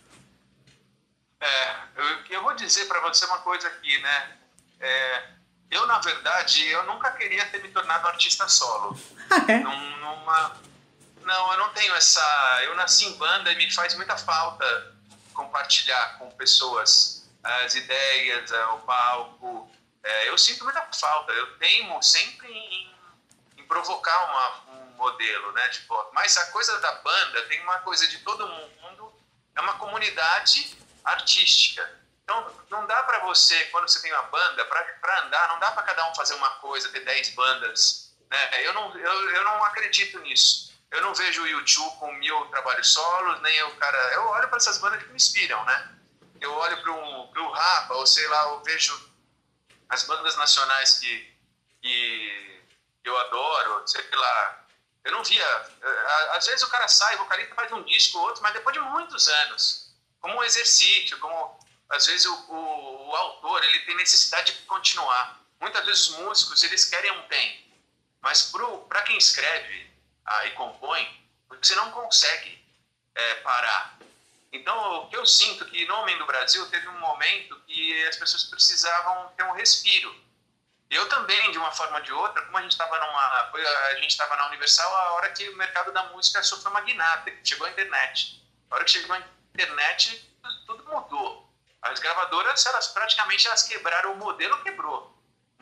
É, eu, eu vou dizer para você uma coisa aqui, né? É, eu, na verdade, eu nunca queria ter me tornado artista solo. Ah, é? Num, numa... Não, eu não tenho essa... Eu nasci em banda e me faz muita falta compartilhar com pessoas as ideias, o palco... É, eu sinto muita falta, eu teimo sempre em, em provocar uma, um modelo, né, de foto. Mas a coisa da banda tem uma coisa de todo mundo, é uma comunidade artística. Então não dá para você, quando você tem uma banda, para andar, não dá para cada um fazer uma coisa, ter dez bandas. Né? Eu, não, eu, eu não acredito nisso. Eu não vejo o YouTube com mil trabalhos solos, nem o cara... Eu olho para essas bandas que me inspiram, né? Eu olho para o Rapa, ou sei lá, eu vejo... as bandas nacionais que, que eu adoro, sei lá, eu não via, às vezes o cara sai, o vocalista faz um disco ou outro, mas depois de muitos anos, como um exercício, como às vezes o, o, o autor, ele tem necessidade de continuar. Muitas vezes os músicos, eles querem um tempo, mas para quem escreve ah, e compõe, você não consegue é, parar. Então, o que eu sinto que no Homem do Brasil teve um momento que as pessoas precisavam ter um respiro. Eu também, de uma forma ou de outra, como a gente estava numa, a gente estava na Universal a hora que o mercado da música sofreu uma guinada, que chegou a internet. A hora que chegou a internet, tudo mudou. As gravadoras, elas praticamente elas quebraram o modelo, quebrou.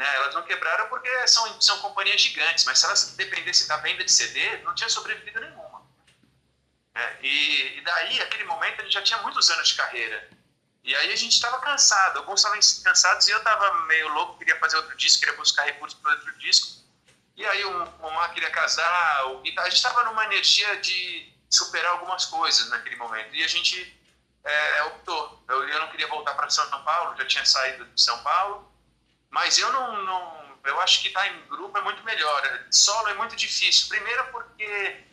né? Elas não quebraram porque são, são companhias gigantes, mas se elas dependessem da venda de C D, não tinha sobrevivido nenhuma. É, e, e daí, aquele momento, a gente já tinha muitos anos de carreira. E aí a gente estava cansado, alguns estavam cansados e eu estava meio louco, queria fazer outro disco, queria buscar recursos para outro disco. E aí o, o Mar queria casar, o, a gente estava numa energia de superar algumas coisas naquele momento. E a gente é, optou. Eu, eu não queria voltar para São Paulo, já tinha saído de São Paulo. Mas eu não, não eu acho que estar em grupo é muito melhor. Solo é muito difícil. Primeiro porque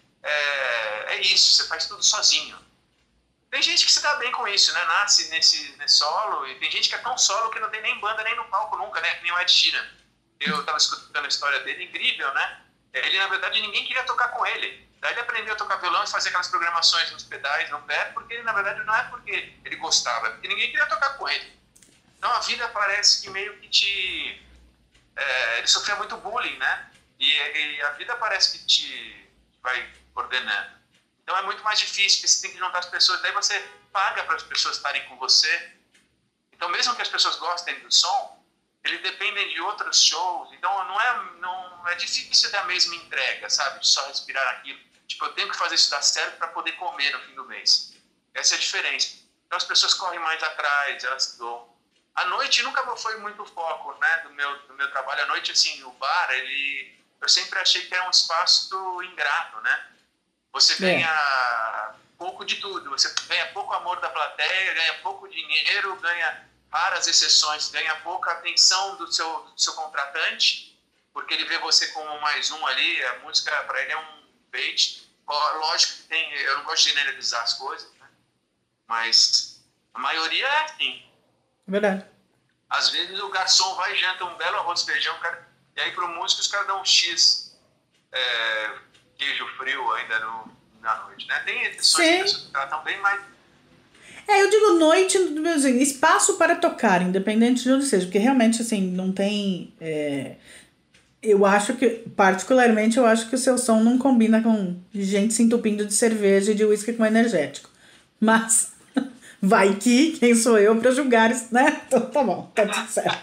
é, é isso, você faz tudo sozinho. Tem gente que se dá bem com isso, né? Nasce nesse, nesse solo, e tem gente que é tão solo que não tem nem banda nem no palco nunca, né? Que nem o Ed Sheeran. Eu estava escutando a história dele, incrível, né? Ele, na verdade, ninguém queria tocar com ele. Daí ele aprendeu a tocar violão e fazer aquelas programações nos pedais, no pé, porque, na verdade, não é porque ele gostava, é porque ninguém queria tocar com ele. Então a vida parece que meio que te... É, ele sofreu muito bullying, né? E, e a vida parece que te vai coordenando. Então é muito mais difícil, porque você tem que juntar as pessoas, daí você paga para as pessoas estarem com você. Então mesmo que as pessoas gostem do som, eles dependem de outros shows, então não é, não, é difícil ter a mesma entrega, sabe? De só respirar aquilo. Tipo, eu tenho que fazer isso dar certo para poder comer no fim do mês. Essa é a diferença. Então as pessoas correm mais atrás, elas dão. A noite nunca foi muito foco, né, do meu, do meu trabalho. A noite, assim, o bar, ele... Eu sempre achei que era um espaço ingrato, né? Você ganha é. pouco de tudo. Você ganha pouco amor da plateia, ganha pouco dinheiro, ganha raras exceções, ganha pouca atenção do seu, do seu contratante, porque ele vê você como mais um ali. A música, para ele, é um bait. Lógico que tem... Eu não gosto de generalizar as coisas, né? Mas a maioria é assim. Verdade. Às vezes o garçom vai e janta um belo arroz e feijão, cara, e aí pro músico os caras dão um X é, queijo frio ainda no, na noite, né? Tem edições que tratam bem mais... É, eu digo noite, assim, espaço para tocar, independente de onde seja, porque realmente, assim, não tem... É, eu acho que, particularmente, eu acho que o seu som não combina com gente se entupindo de cerveja e de uísque com energético. Mas... Vai que, quem sou eu para julgar isso, né? Então tá bom, tá tudo certo.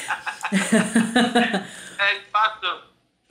É, de fato,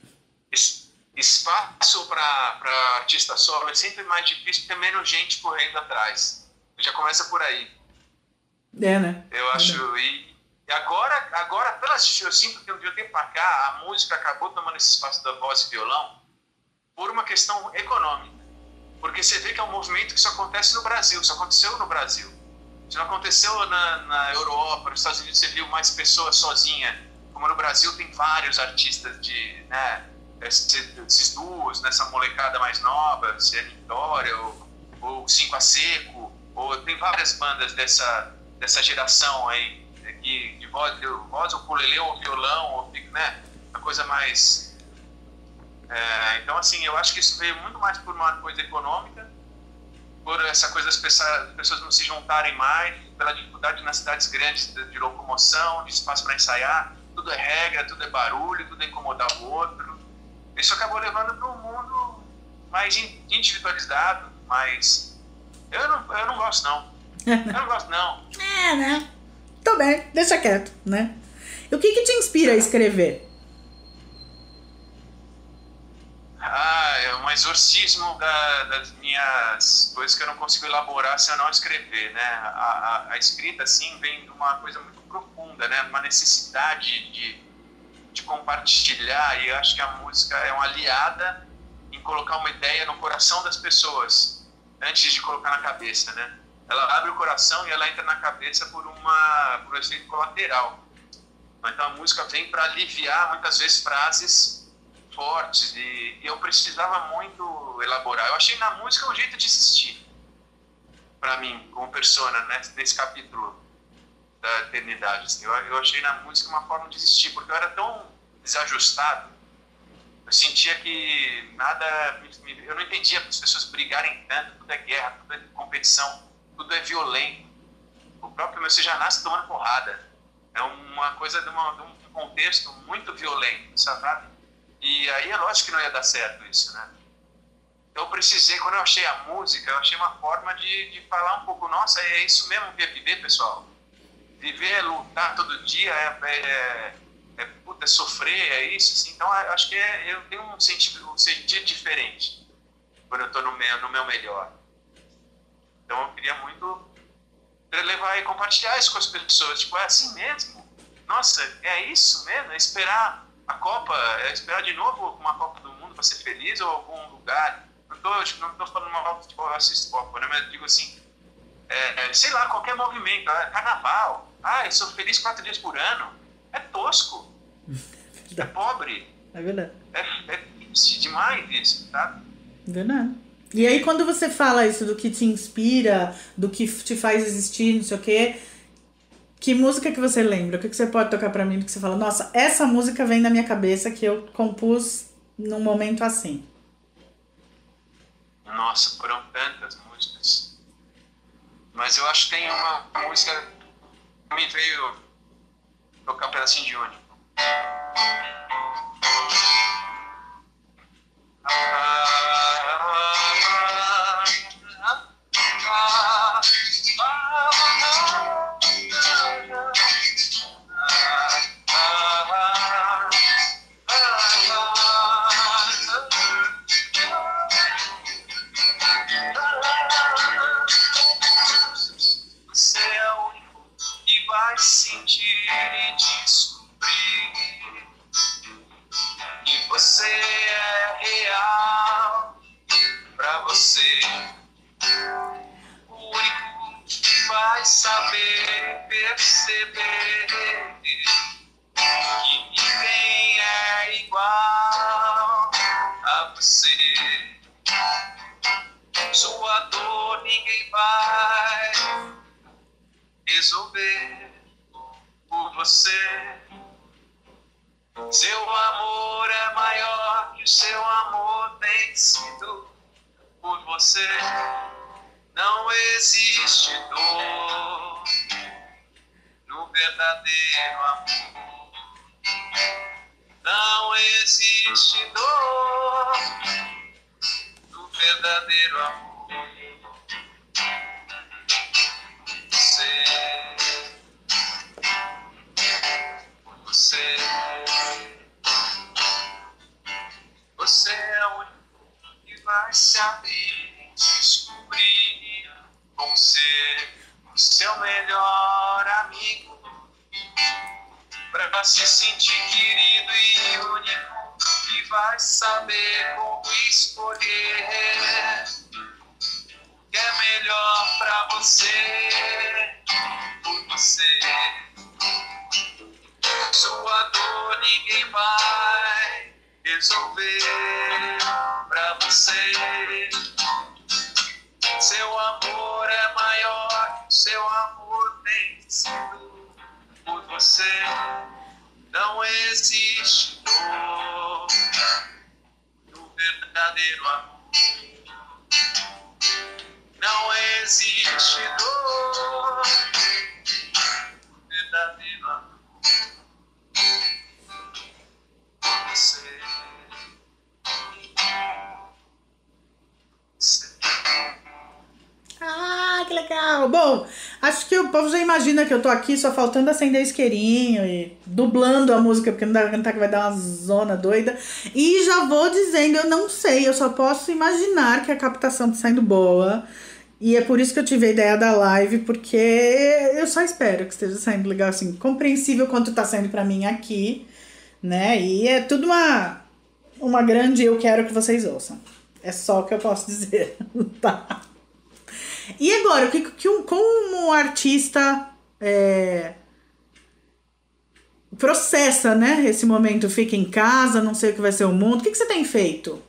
espaço para artista solo é sempre mais difícil, porque tem menos gente correndo atrás. Já começa por aí. É, né? Eu acho. É, e, e agora, agora, pelas, eu sinto que de um tempo para cá, a música acabou tomando esse espaço da voz e violão por uma questão econômica. Porque você vê que é um movimento que só acontece no Brasil, só aconteceu no Brasil. Se não aconteceu na, na Europa, nos Estados Unidos, você viu mais pessoas sozinhas. Como no Brasil tem vários artistas de, né, esses, esses duos, nessa molecada mais nova, se é Vitória ou, ou Cinco a Seco, ou tem várias bandas dessa, dessa geração aí, que, de voz, de voz ou ukulele ou violão, ou, né, uma coisa mais... É, então, assim, eu acho que isso veio muito mais por uma coisa econômica, por essa coisa das pessoas, pessoas não se juntarem mais, pela dificuldade nas cidades grandes de, de locomoção, de espaço para ensaiar. Tudo é regra, tudo é barulho, tudo é incomodar o outro. Isso acabou levando para um mundo mais individualizado, mas eu não, eu não gosto, não. Eu não gosto, não. É, né? Tô bem, deixa quieto, né? E o que que te inspira a escrever? Ah, é um exorcismo da, das minhas coisas que eu não consigo elaborar se eu não escrever, né? A, a, a escrita, assim, vem de uma coisa muito profunda, né? Uma necessidade de, de compartilhar, e eu acho que a música é uma aliada em colocar uma ideia no coração das pessoas, antes de colocar na cabeça, né? Ela abre o coração e ela entra na cabeça por, uma, por um efeito colateral. Então a música vem para aliviar, muitas vezes, frases fortes, e, e eu precisava muito elaborar. Eu achei na música um jeito de existir, para mim, como persona, né, nesse capítulo da eternidade. Assim, eu, eu achei na música uma forma de existir, porque eu era tão desajustado, eu sentia que nada... Me, eu não entendia as pessoas brigarem tanto, tudo é guerra, tudo é competição, tudo é violento. O próprio meu, você já nasce tomando porrada. É uma coisa de, uma, de um contexto muito violento, sabe? E aí é lógico que não ia dar certo isso, né? Então eu precisei, quando eu achei a música, eu achei uma forma de, de falar um pouco, nossa, é isso mesmo que é viver, pessoal. Viver é lutar todo dia, é, é, é, puta, é sofrer, é isso, assim. Então eu acho que é, eu tenho um sentido, um sentido diferente quando eu estou no meu, no meu melhor. Então eu queria muito levar e compartilhar isso com as pessoas, tipo, é assim mesmo? Nossa, é isso mesmo? É esperar a Copa, é esperar de novo uma Copa do Mundo para ser feliz ou algum lugar? Não tô, tipo, não tô falando mal do futebol, eu assisto Copa, né? Mas eu digo assim, é, sei lá, qualquer movimento, carnaval, ah, eu sou feliz quatro dias por ano, é tosco, é pobre, é verdade, é, é demais isso, sabe? Verdade. E aí quando você fala isso do que te inspira, do que te faz existir, não sei o quê, que música que você lembra? O que, que você pode tocar pra mim que você fala, nossa, essa música vem na minha cabeça que eu compus num momento assim? Nossa, foram tantas músicas. Mas eu acho que tem uma música que me veio tocar um pedacinho de único. Você é o único que vai sentir e descobrir que você é real pra você. O único que vai saber perceber que ninguém é igual a você. Sua dor ninguém vai resolver por você. Seu amor é maior que o seu amor tem sido por você. Não existe dor no verdadeiro amor. Não existe dor no verdadeiro amor. Você, por você, você é o único que vai se abrir e descobrir como ser o seu melhor amigo, pra se sentir querido e único, e vai saber como escolher o que é melhor pra você, por você. Sua dor ninguém vai resolver pra você. Seu amor é maior, seu amor tem sido por você. Não existe dor no verdadeiro amor. Não existe dor no verdadeiro amor. Por você. Você. Ah, que legal! Bom, acho que o povo já imagina que eu tô aqui só faltando acender o isqueirinho e dublando a música, porque não dá pra cantar que vai dar uma zona doida. E já vou dizendo, eu não sei, eu só posso imaginar que a captação tá saindo boa. E é por isso que eu tive a ideia da live, porque eu só espero que esteja saindo legal, assim, compreensível quanto tá saindo pra mim aqui, né? E é tudo uma, uma grande eu quero que vocês ouçam. É só o que eu posso dizer, tá? E agora, o que, que um, como um artista é, processa, né? Esse momento, fica em casa, não sei o que vai ser o mundo. O que, que você tem feito?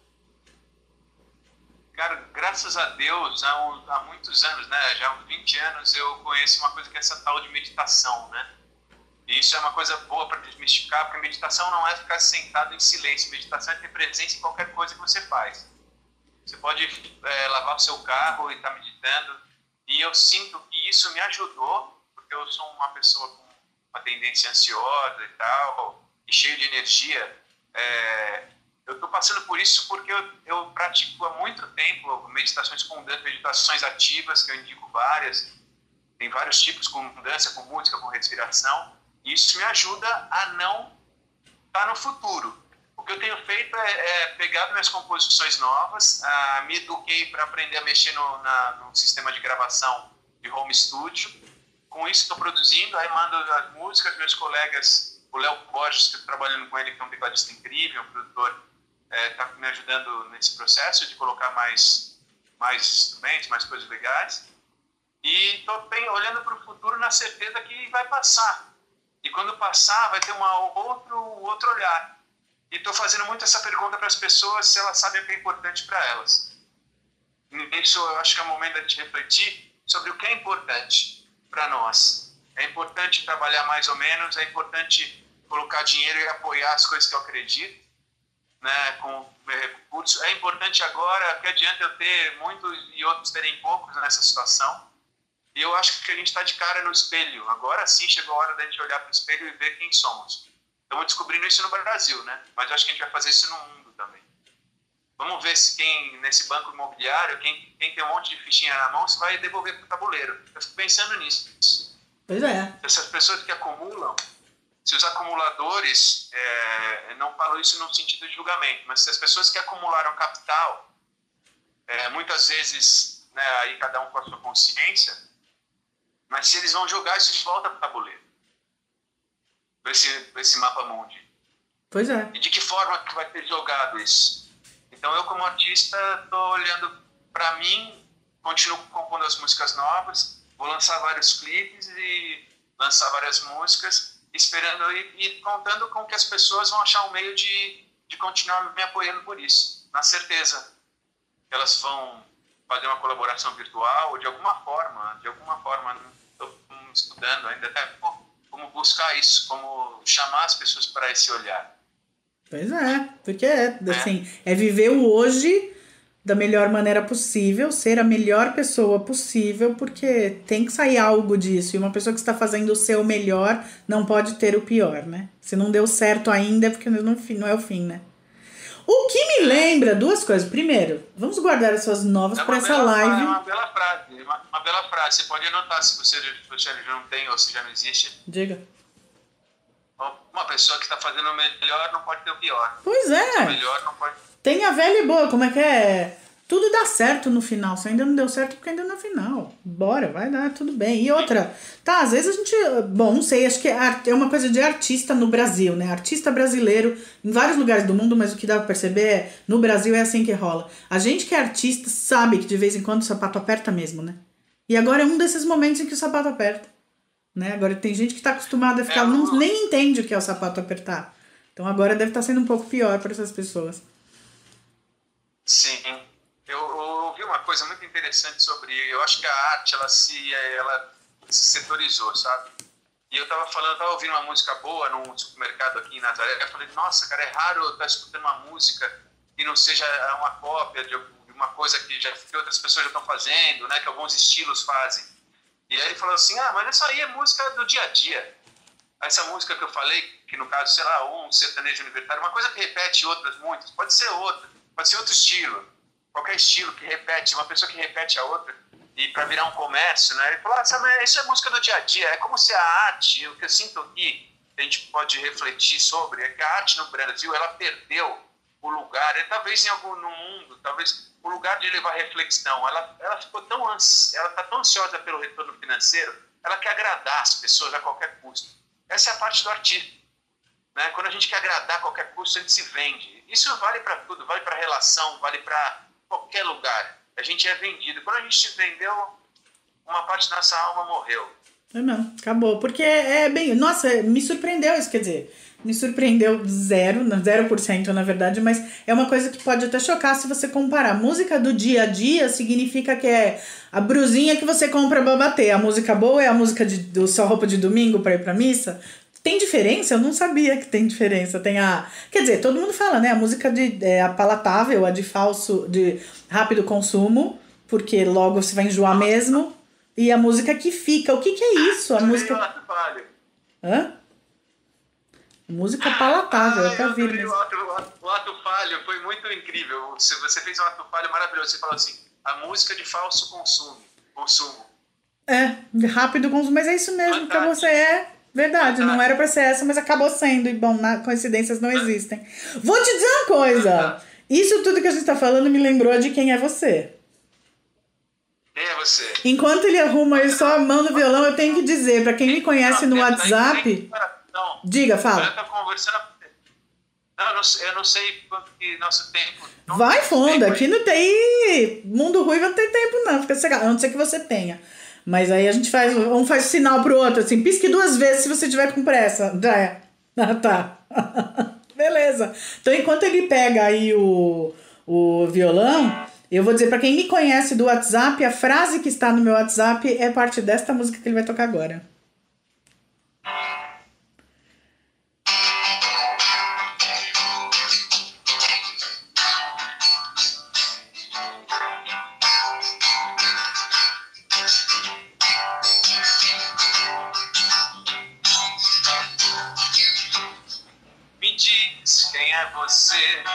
Cara, graças a Deus, há, um, há muitos anos, né? Já há uns vinte anos, eu conheço uma coisa que é essa tal de meditação, né? E isso é uma coisa boa para desmistificar, porque meditação não é ficar sentado em silêncio. Meditação é ter presença em qualquer coisa que você faz. Você pode é, lavar o seu carro e estar tá meditando. E eu sinto que isso me ajudou, porque eu sou uma pessoa com uma tendência ansiosa e tal, e cheio de energia. É, eu estou passando por isso porque eu, eu pratico há muito tempo meditações com dança, meditações ativas, que eu indico várias. Tem vários tipos, com dança, com música, com respiração. E isso me ajuda a não estar no futuro. O que eu tenho feito é, é pegar minhas composições novas, ah, me eduquei para aprender a mexer no, na, no sistema de gravação de home studio. Com isso estou produzindo, aí mando as músicas, meus colegas, o Léo Borges, que eu estou trabalhando com ele, que é um tecladista incrível, um produtor, está é, me ajudando nesse processo de colocar mais, mais instrumentos, mais coisas legais. E estou olhando para o futuro na certeza que vai passar. E quando passar, vai ter uma outro, outro olhar. E estou fazendo muito essa pergunta para as pessoas, se elas sabem o que é importante para elas. Isso eu acho que é o momento da gente refletir sobre o que é importante para nós. É importante trabalhar mais ou menos, é importante colocar dinheiro e apoiar as coisas que eu acredito, né, com recursos. É importante agora, que adianta eu ter muitos e outros terem poucos nessa situação. E eu acho que a gente está de cara no espelho. Agora sim chegou a hora da gente olhar para o espelho e ver quem somos. Estamos descobrindo isso no Brasil, né? Mas eu acho que a gente vai fazer isso no mundo também. Vamos ver se quem, nesse banco imobiliário, quem, quem tem um monte de fichinha na mão, se vai devolver para o tabuleiro. Eu fico pensando nisso. Pois é. Essas pessoas que acumulam, se os acumuladores, é, não falo isso no sentido de julgamento, mas se as pessoas que acumularam capital, é, muitas vezes, né, aí cada um com a sua consciência, mas se eles vão jogar isso de volta para o tabuleiro. Esse, esse mapa mundi. Pois é. E de que forma que vai ter jogado isso? Então eu, como artista, estou olhando para mim, continuo compondo as músicas novas, vou lançar vários clipes e lançar várias músicas, esperando e, e contando com que as pessoas vão achar um meio de, de continuar me apoiando por isso. Na certeza que elas vão fazer uma colaboração virtual ou de alguma forma, de alguma forma, não estou estudando ainda até como buscar isso, como chamar as pessoas para esse olhar. Pois é, porque é, assim, é, é viver o hoje da melhor maneira possível, ser a melhor pessoa possível, porque tem que sair algo disso, e uma pessoa que está fazendo o seu melhor não pode ter o pior, né? Se não deu certo ainda, é porque não, não é o fim, né? O que me lembra duas coisas. Primeiro, vamos guardar as suas novas é para essa live. É uma bela frase, uma, uma bela frase. Você pode anotar se você, se você não tem ou se já não existe. Diga. Uma pessoa que está fazendo o melhor não pode ter o pior. Pois é. O melhor não pode... Tem a velha e boa, como é que é? Tudo dá certo no final. Se ainda não deu certo, porque ainda no final. Bora, vai dar, tudo bem. E outra, tá, às vezes a gente... Bom, não sei, acho que é uma coisa de artista no Brasil, né? Artista brasileiro, em vários lugares do mundo, mas o que dá pra perceber é, no Brasil é assim que rola. A gente que é artista sabe que de vez em quando o sapato aperta mesmo, né? E agora é um desses momentos em que o sapato aperta. Né? Agora tem gente que tá acostumada a ficar... É, não, nem entende o que é o sapato apertar. Então agora deve estar sendo um pouco pior para essas pessoas. Sim. Eu, eu ouvi uma coisa muito interessante sobre... Eu acho que a arte, ela se, ela se setorizou, sabe? E eu tava falando, eu tava ouvindo uma música boa num supermercado aqui em Nazaré. Eu falei, nossa, cara, é raro eu estar escutando uma música que não seja uma cópia de uma coisa que, já, que outras pessoas já estão fazendo, né? Que alguns estilos fazem. E aí ele falou assim, ah, mas essa aí é música do dia a dia. Essa música que eu falei, que no caso, sei lá, um sertanejo universitário, uma coisa que repete outras muitas, pode ser outra, pode ser outro estilo. Qualquer estilo que repete, uma pessoa que repete a outra, e para virar um comércio, né? Ele falou, ah, sabe, isso é música do dia a dia, é como se a arte, o que eu sinto aqui, a gente pode refletir sobre, é que a arte no Brasil, ela perdeu o lugar, e talvez em algum no mundo, talvez o lugar de levar reflexão. Ela, ela ficou tão ansi, ela está tão ansiosa pelo retorno financeiro, ela quer agradar as pessoas a qualquer custo. Essa é a parte do artista, né? Quando a gente quer agradar a qualquer custo, a gente se vende. Isso vale para tudo, vale para relação, vale para qualquer lugar. A gente é vendido. Quando a gente se vendeu, uma parte da nossa alma morreu. É não, acabou. Porque é bem... Nossa, me surpreendeu isso, quer dizer... Me surpreendeu zero, zero por cento na verdade, mas é uma coisa que pode até chocar se você comparar. Música do dia a dia significa que é a brusinha que você compra pra bater. A música boa é a música de, do sua roupa de domingo pra ir pra missa. Tem diferença? Eu não sabia que tem diferença. Tem a... Quer dizer, todo mundo fala, né? A música de, é, a palatável, a de falso, de rápido consumo, porque logo você vai enjoar mesmo. E a música que fica. O que que é isso? A música... Hã? Música palatável, ah, é pra eu vir. O ato, o, ato, o ato falho foi muito incrível. Você fez um ato falho maravilhoso. Você falou assim, a música de falso consumo. consumo. É, de rápido consumo, mas é isso mesmo, pra você é Verdade, não era pra ser essa, mas acabou sendo. E bom, na, coincidências não existem. Vou te dizer uma coisa. Isso tudo que a gente tá falando me lembrou de Quem é Você. Quem é você? Enquanto ele arruma aí só a mão no violão, eu tenho que dizer, pra quem me conhece no WhatsApp... Diga, fala. Eu tô conversando... Não, eu não, eu não sei quanto que nosso tempo... Vai fundo, aqui não tem... Mundo ruim não tem tempo não, fica cegado. A não ser que você tenha. Mas aí a gente faz... Um faz sinal pro outro, assim, pisque duas vezes se você tiver com pressa. Já é. Ah, tá. Beleza. Então, enquanto ele pega aí o, o violão... Eu vou dizer, pra quem me conhece do WhatsApp, a frase que está no meu WhatsApp é parte desta música que ele vai tocar agora. Me diz quem é você.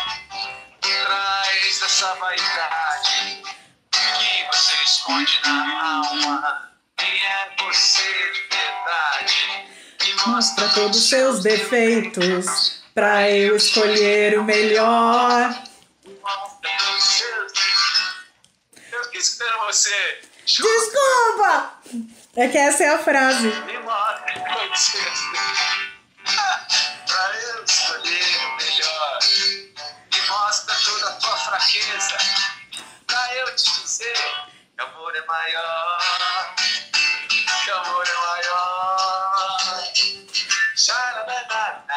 Traz dessa vaidade que você esconde na alma. Quem é você de verdade? Me mostra todos os seus defeitos pra eu escolher o melhor. Mostra todos os seus defeitos. Eu fiquei esperando você. Desculpa! É que essa é a frase. Me mostra todos os seus defeitos pra eu escolher o melhor. Mostra toda a tua fraqueza pra eu te dizer que amor é maior, que amor é maior. Xaranana,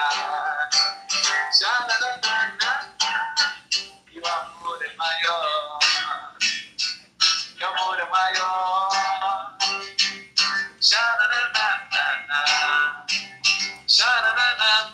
xaranana, que o amor é maior, que o amor é maior. Xaranana, xaranana.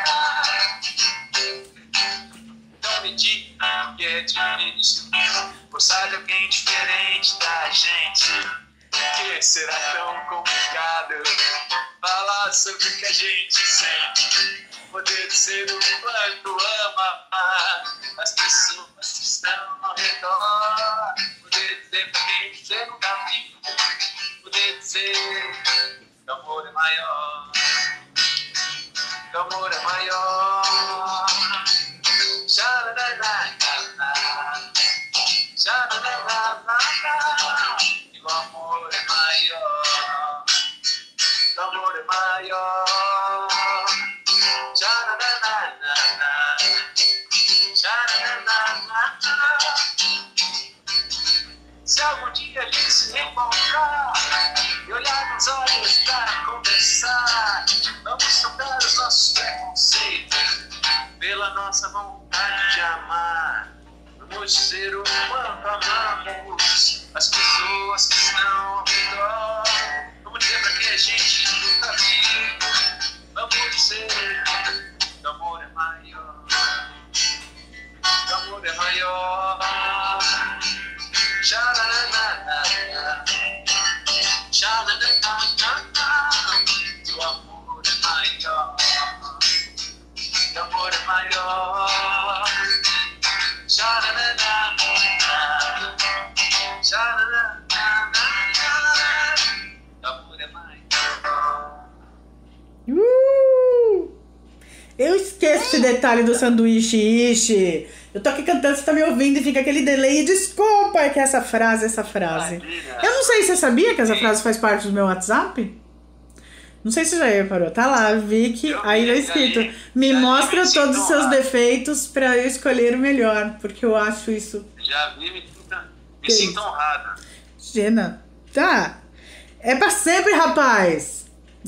Me diga que é difícil gostar de alguém diferente da gente. Que será tão complicado falar sobre o que a gente sente. Poder ser o quanto ama as pessoas que estão ao redor. Poder dizer pra quem você nunca viu. Poder dizer que o amor é maior, que o amor é maior. E o amor é maior, o amor é maior. Se algum dia a gente se encontrar e olhar nos olhos para conversar, vamos trocar os nossos preconceitos pela nossa vontade de amar. Vamos dizer o quanto amamos as pessoas que estão ao redor. Vamos dizer pra quem a gente nunca viu. Vamos dizer que o amor é maior, que o amor é maior. Xaranana, xaranana, que o amor é maior, que o amor é maior. Xaranana, xaranana, que o amor é maior. Uh! Eu esqueço esse detalhe do sanduíche, ishi. Eu tô aqui cantando, você tá me ouvindo e fica aquele delay. Desculpa, é que essa frase, essa frase. Eu não sei se você sabia que essa frase faz parte do meu WhatsApp? Não sei se já reparou. Tá lá, Vicky, aí já escrito. Me mostra todos os seus defeitos pra eu escolher o melhor. Porque eu acho isso... Já vi, me sinto, me sinto honrado. Gena, tá. É pra sempre, rapaz.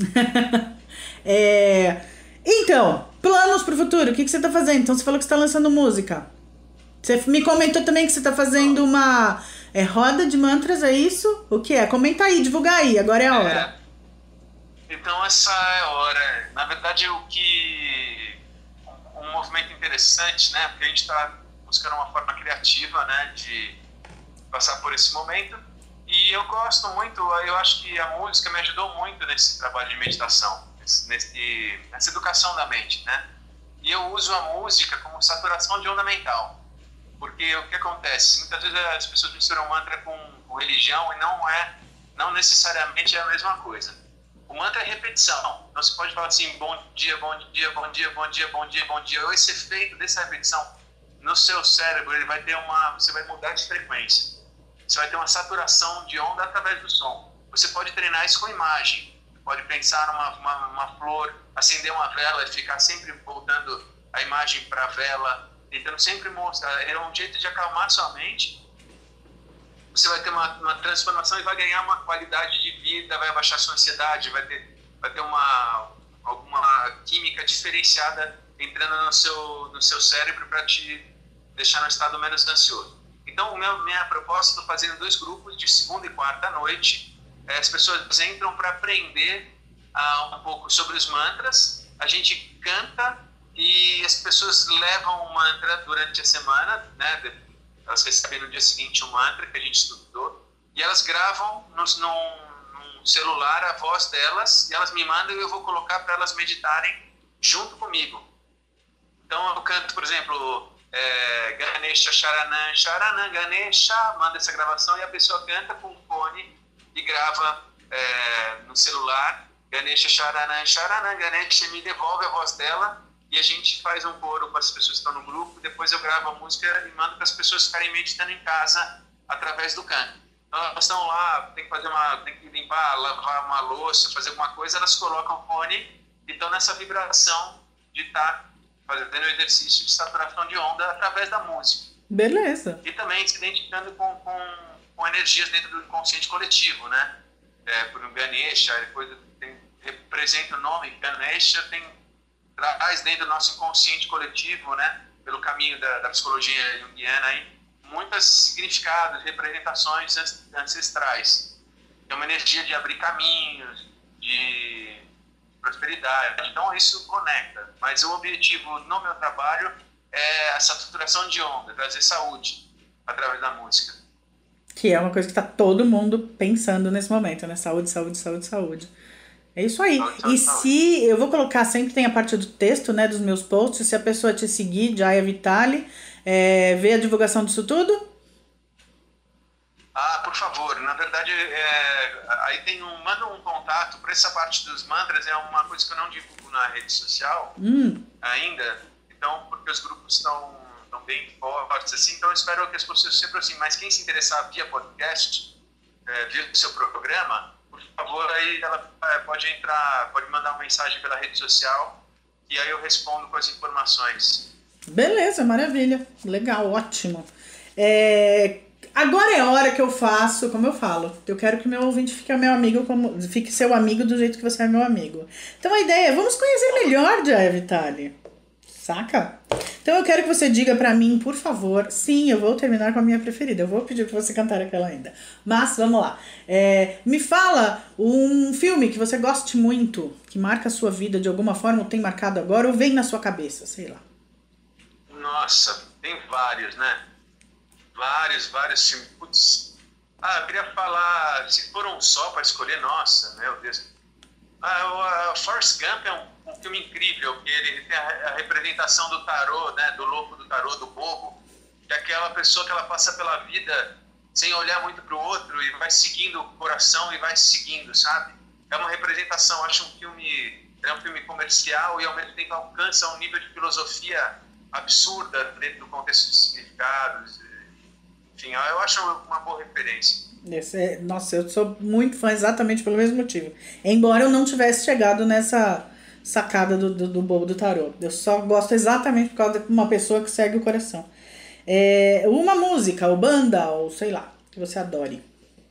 é... Então, planos pro futuro. O que, que você tá fazendo? Então, você falou que você tá lançando música. Você me comentou também que você tá fazendo uma é, roda de mantras, é isso? O que é? Comenta aí, divulga aí, agora é a hora. É, então, essa é a hora. Na verdade, o que... Um movimento interessante, né? Porque a gente tá buscando uma forma criativa, né? De passar por esse momento. E eu gosto muito, eu acho que a música me ajudou muito nesse trabalho de meditação, nesse, nessa educação da mente, né? E eu uso a música como saturação de onda mental. Porque o que acontece? Muitas vezes as pessoas misturam mantra com, com religião e não é, não necessariamente é a mesma coisa. O mantra é repetição. Então você pode falar assim, bom dia, bom dia, bom dia, bom dia, bom dia, bom dia. Esse efeito dessa repetição no seu cérebro, ele vai ter uma, você vai mudar de frequência. Você vai ter uma saturação de onda através do som. Você pode treinar isso com imagem. Pode pensar numa uma, uma flor, acender uma vela e ficar sempre voltando a imagem para a vela, tentando sempre mostrar. É um jeito de acalmar sua mente. Você vai ter uma, uma transformação e vai ganhar uma qualidade de vida, vai abaixar sua ansiedade, vai ter, vai ter uma, alguma química diferenciada entrando no seu, no seu cérebro para te deixar num estado menos ansioso. Então, meu, minha proposta, estou fazendo dois grupos, de segunda e quarta à noite. As pessoas entram para aprender uh, um pouco sobre os mantras. A gente canta e as pessoas levam o mantra durante a semana, né? Elas recebem no dia seguinte um mantra que a gente estudou e elas gravam no, num, num celular a voz delas e elas me mandam e eu vou colocar para elas meditarem junto comigo. Então eu canto, por exemplo, é, Ganesha Sharanan, Sharanan Ganesha, manda essa gravação e a pessoa canta com um fone e grava é, no celular, Ganesha Sharanan, Sharanan Ganesha, me devolve a voz dela e a gente faz um coro para as pessoas que estão no grupo, depois eu gravo a música e mando para as pessoas ficarem meditando em casa através do canto. Então elas estão lá, tem que fazer uma, tem que limpar, lavar uma louça, fazer alguma coisa, elas colocam o fone e estão nessa vibração de estar fazendo o exercício de saturação de onda através da música. Beleza. E também se identificando com, com, com energias dentro do inconsciente coletivo, né? É, por um Ganesha, depois tem, representa o nome Ganesha, tem, traz dentro do nosso inconsciente coletivo, né? Pelo caminho da, da psicologia junguiana, aí, muitos significados, representações ancestrais. É uma energia de abrir caminhos, de prosperidade. Então isso conecta. Mas o objetivo no meu trabalho é a saturação de onda, trazer saúde através da música. Que é uma coisa que tá todo mundo pensando nesse momento, né? Saúde, saúde, saúde, saúde. É isso aí. Saúde, saúde, e saúde. Se eu vou colocar, sempre tem a parte do texto, né, dos meus posts, se a pessoa te seguir, Jaya Vitale, é, ver a divulgação disso tudo? Ah, por favor. Na verdade, é, aí tem um, manda um contato para essa parte dos mantras, é uma coisa que eu não divulgo na rede social Hum. ainda, então, porque os grupos estão, estão bem fortes assim, então eu espero que as pessoas se aproximem. Mas quem se interessar via podcast, é, via o seu programa, por favor, aí ela é, pode entrar, pode mandar uma mensagem pela rede social e aí eu respondo com as informações. Beleza, maravilha. Legal, ótimo. É, agora é a hora que eu faço, como eu falo, eu quero que meu ouvinte fique meu amigo, como, fique seu amigo do jeito que você é meu amigo. Então a ideia é, vamos conhecer melhor Jaya Vitale. Saca? Então eu quero que você diga pra mim, por favor, sim, eu vou terminar com a minha preferida, eu vou pedir pra você cantar aquela ainda. Mas, vamos lá. É, me fala um filme que você goste muito, que marca a sua vida de alguma forma, ou tem marcado agora, ou vem na sua cabeça, sei lá. Nossa, tem vários, né? Vários, vários filmes. Putz. Ah, eu queria falar, se for um só para escolher, nossa, meu Deus. Ah, o Forrest Gump é um, um filme incrível, que ele tem a, a representação do tarô, né? Do louco do tarô, do bobo, que é aquela pessoa que ela passa pela vida sem olhar muito para o outro e vai seguindo o coração e vai seguindo, sabe? É uma representação, acho um filme, é um filme comercial e ao mesmo tempo alcança um nível de filosofia absurda dentro do contexto de significados. Enfim, eu acho uma boa referência. Esse é, nossa, eu sou muito fã exatamente pelo mesmo motivo. Embora eu não tivesse chegado nessa sacada do, do, do bobo do tarô. Eu só gosto exatamente por causa de uma pessoa que segue o coração. É, uma música, ou banda, ou sei lá, que você adore.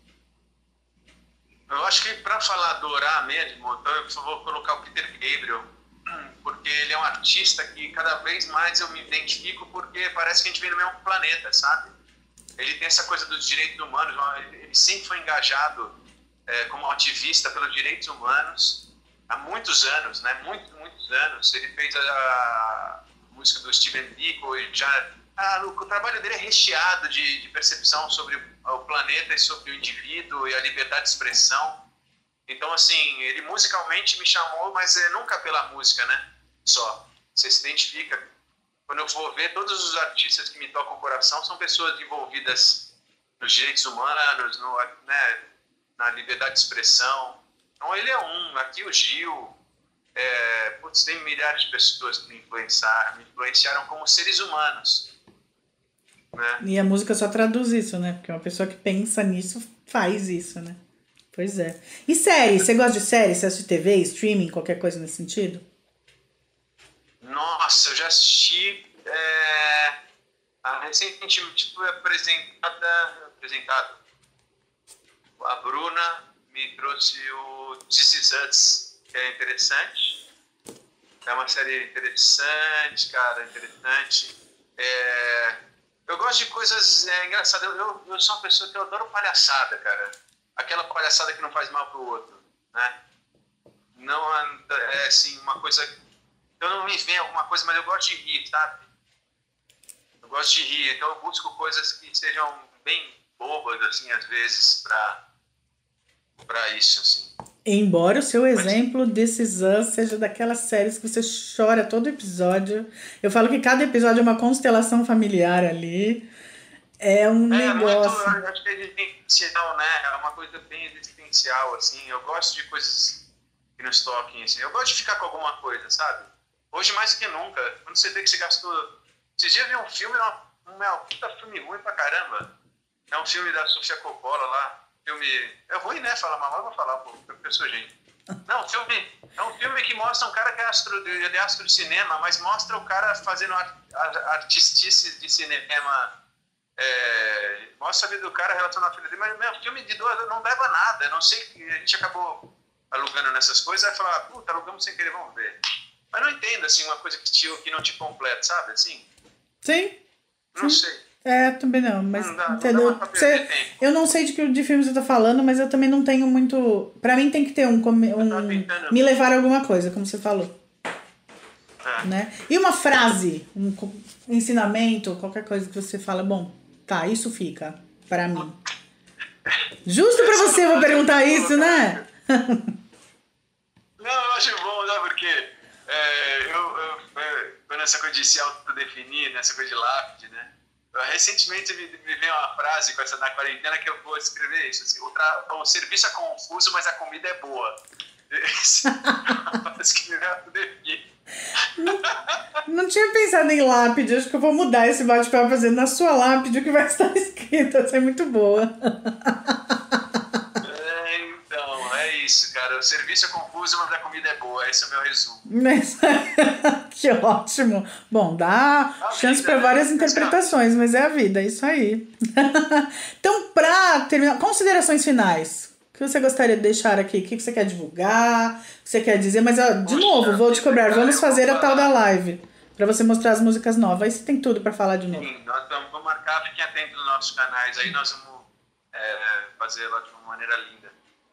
Eu acho que para falar adorar mesmo, então eu vou colocar o Peter Gabriel, porque ele é um artista que cada vez mais eu me identifico, porque parece que a gente vem no mesmo planeta, sabe? Ele tem essa coisa dos direitos humanos, ele sempre foi engajado é, como ativista pelos direitos humanos há muitos anos, né? Muitos, muitos anos. Ele fez a, a música do Steven Biko e já... Ah, o, o trabalho dele é recheado de, de percepção sobre o planeta e sobre o indivíduo e a liberdade de expressão. Então, assim, ele musicalmente me chamou, mas é nunca pela música, né? Só. Você se identifica. Quando eu vou ver, todos os artistas que me tocam o coração são pessoas envolvidas nos direitos humanos, no, né, na liberdade de expressão. Então ele é um, aqui o Gil, é, putz, tem milhares de pessoas que me influenciaram, me influenciaram como seres humanos. Né? E a música só traduz isso, né? Porque uma pessoa que pensa nisso faz isso, né? Pois é. E série? Você gosta de série? Você assiste T V, streaming, qualquer coisa nesse sentido? Nossa, eu já assisti. É, a, recentemente foi apresentada, apresentado. A Bruna me trouxe o This Is Us, que é interessante. É uma série interessante, cara, interessante. É, eu gosto de coisas é, engraçadas. Eu, eu, eu sou uma pessoa que eu adoro palhaçada, cara. Aquela palhaçada que não faz mal pro outro, né? Não é assim, uma coisa... Eu não me vem alguma coisa, mas eu gosto de rir, sabe? Eu gosto de rir, então eu busco coisas que sejam bem bobas, assim, às vezes, pra, pra isso, assim. Embora o seu Mas, exemplo This Is Us seja daquelas séries que você chora todo episódio. Eu falo que cada episódio é uma constelação familiar ali. É um é muito, negócio. eu acho que é existencial, né? É uma coisa bem existencial, assim. Eu gosto de coisas que nos toquem, assim. Eu gosto de ficar com alguma coisa, sabe? Hoje mais que nunca. Quando você vê que você gastou... Esses dias eu vi um filme, uma, uma puta filme ruim pra caramba. É um filme da Sofia Coppola lá. Filme... É ruim, né? Falar mal, mas eu vou falar, pô. Eu sou gente. Não, filme... É um filme que mostra um cara que é astro, ele é astro de cinema, mas mostra o cara fazendo art, artistice de cinema... É, mostra a vida do cara relacionado à filha dele, mas meu, filme de duas não leva a nada. Eu não sei, a gente acabou alugando nessas coisas, aí falar, puta, alugamos sem querer, vamos ver. Mas não entendo, assim, uma coisa que, te, que não te completa, sabe, assim? Sim. Não sim. sei. É, também não, mas Não dá, entendeu? não dá pra Você, perder tempo. eu não sei de que de filme você tá falando, mas eu também não tenho muito. Pra mim tem que ter um, come- Eu tava um tentando. me levar a alguma coisa, como você falou, É. né? E uma frase, um co- ensinamento, qualquer coisa que você fala, bom, tá, isso fica pra mim. Justo pra Essa você eu vou frase perguntar eu vou isso, colocar. né? Não, eu acho bom, né? Porque é, eu, eu, eu, quando essa coisa de se autodefinir, né? Essa coisa de lápide, né? Eu, recentemente me, me veio uma frase com essa na quarentena que eu vou escrever isso. Assim, o, tra, o serviço é confuso, mas a comida é boa. Essa é uma frase que me autodefine. Não tinha pensado em lápide, acho que eu vou mudar esse bate-papo fazendo na sua lápide o que vai estar escrito, essa é muito boa. É, então, é isso, cara. O serviço é confuso, mas a comida é boa. Esse é o meu resumo. Mas- que ótimo. Bom, dá A chance vida, para várias né? interpretações, mas é a vida, é isso aí. Então, para terminar, considerações finais. O que você gostaria de deixar aqui? O que você quer divulgar? O que você quer dizer? Mas, ó, de Poxa novo, vou te vida, cobrar. cara, Vamos eu fazer vou a tal da falar. live para você mostrar as músicas novas. Aí você tem tudo para falar de novo. Sim, nós vamos, vamos marcar, fiquem atentos nos nossos canais. Aí nós vamos é, fazer ela de uma maneira linda.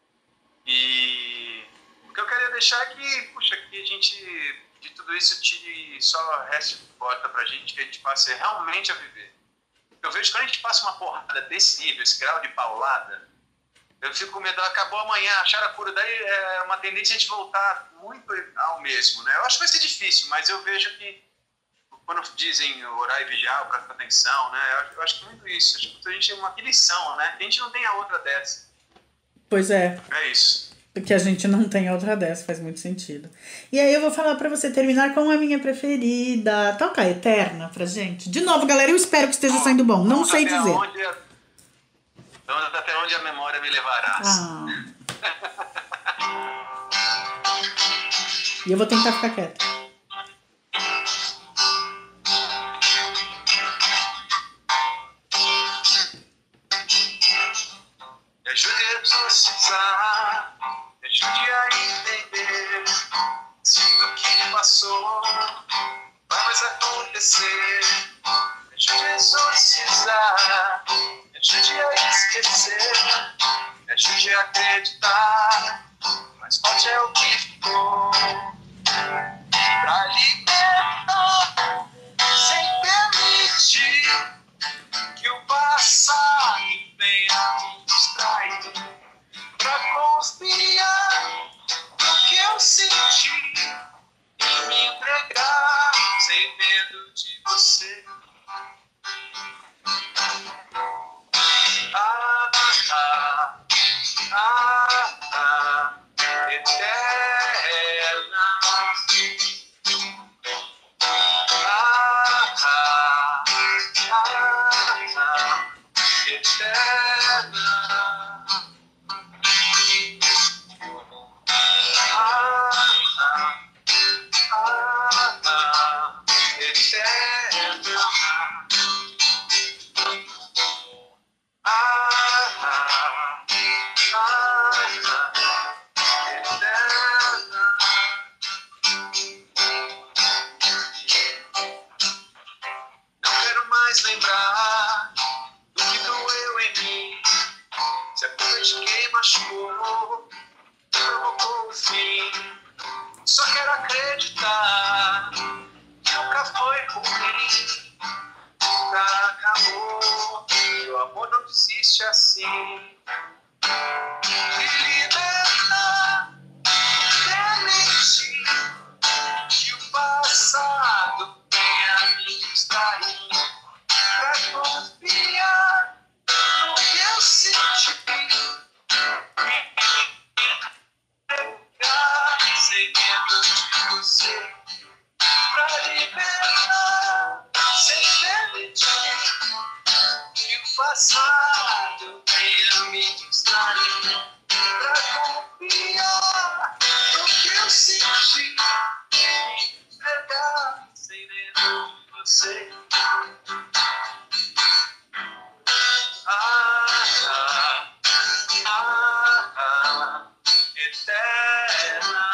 E o que eu queria deixar é que, puxa, que a gente, de tudo isso, tire só reste porta pra gente, que a gente passe realmente a viver. Eu vejo que quando a gente passa uma porrada desse nível, esse grau de paulada, eu fico com medo, acabou amanhã, achar a cura, daí é uma tendência a gente voltar muito ao mesmo, né? Eu acho que vai ser difícil, mas eu vejo que quando dizem orar e vigiar, prestar atenção, né? Eu acho, eu acho que muito isso, acho que a gente tem uma lição, né? Que a gente não tem a outra dessa. Pois é. É isso. Porque a gente não tem outra dessa, faz muito sentido. E aí eu vou falar pra você terminar com a minha preferida. Toca a Eterna pra gente. De novo, galera, eu espero que esteja saindo bom. Não Vamos sei até dizer. Onde a, vamos até onde a memória me levará. Ah. E eu vou tentar ficar quieta. Me ajude a exorcizar, me ajude a entender se o que passou vai mais acontecer. Me ajude a exorcizar, me ajude a esquecer, me ajude a acreditar, mais forte é o que ficou. Pra libertar, sem permitir que o passado venha me distrair, pra conspirar do que eu senti e me entregar sem medo de você. Ah, ah, ah, ah, machucou, provocou o fim. Só quero acreditar que nunca foi ruim. Nunca acabou, o amor não desiste assim. Me libertar, permitir que o passado venha me distrair, pra confiar no que eu senti. Sem medo de você, pra libertar, sem permitir que o passado venha me distrair, pra confiar no que eu senti, me entregar sem medo de você. Ah, ah, ah, ah, eterna.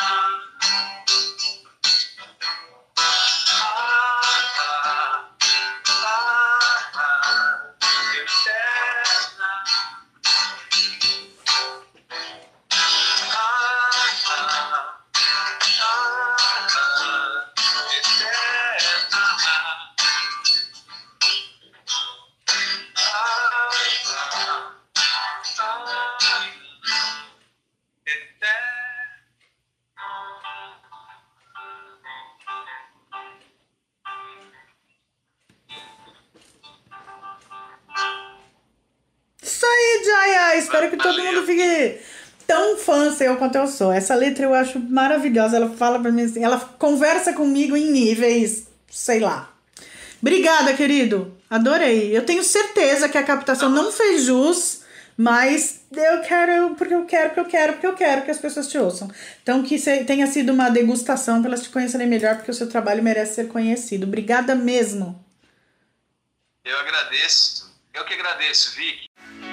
Isso aí, Jaya! Espero que todo mundo fique tão fã seu quanto eu sou. Essa letra eu acho maravilhosa. Ela fala pra mim assim, ela conversa comigo em níveis, sei lá. Obrigada, querido. Adorei. Eu tenho certeza que a captação não fez jus, mas eu quero, porque eu quero, porque eu quero, porque eu quero que as pessoas te ouçam. Então, que tenha sido uma degustação para elas te conhecerem melhor, porque o seu trabalho merece ser conhecido. Obrigada mesmo. Eu agradeço. Eu que agradeço, Vicky.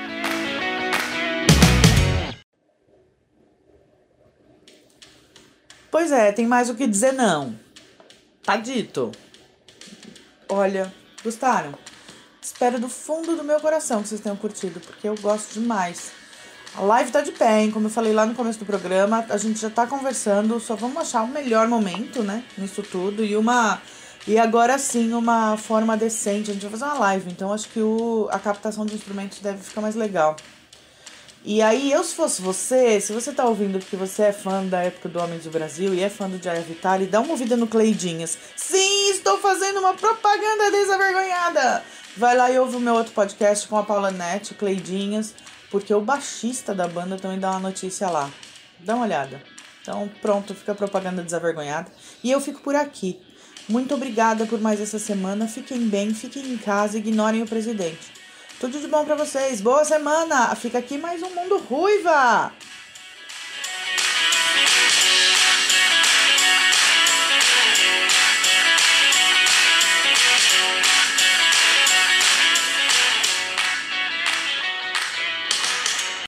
Pois é, tem mais o que dizer não. Tá dito. Olha, gostaram? Espero do fundo do meu coração que vocês tenham curtido, porque eu gosto demais. A live tá de pé, hein? Como eu falei lá no começo do programa, a gente já tá conversando, só vamos achar o melhor momento, né? Nisso tudo. E uma... E agora sim, uma forma decente. A gente vai fazer uma live, então acho que o, a captação de instrumentos deve ficar mais legal. E aí, eu se fosse você, se você tá ouvindo porque você é fã da época do Homens do Brasil e é fã do Jaya Vitale, dá uma ouvida no Cleidinhas. Sim, estou fazendo uma propaganda desavergonhada! Vai lá e ouve o meu outro podcast com a Paula Netti, o Cleidinhas, porque o baixista da banda também dá uma notícia lá. Dá uma olhada. Então, pronto, fica a propaganda desavergonhada. E eu fico por aqui. Muito obrigada por mais essa semana. Fiquem bem, fiquem em casa, ignorem o presidente. Tudo de bom pra vocês. Boa semana. Fica aqui mais um Mundo Ruiva.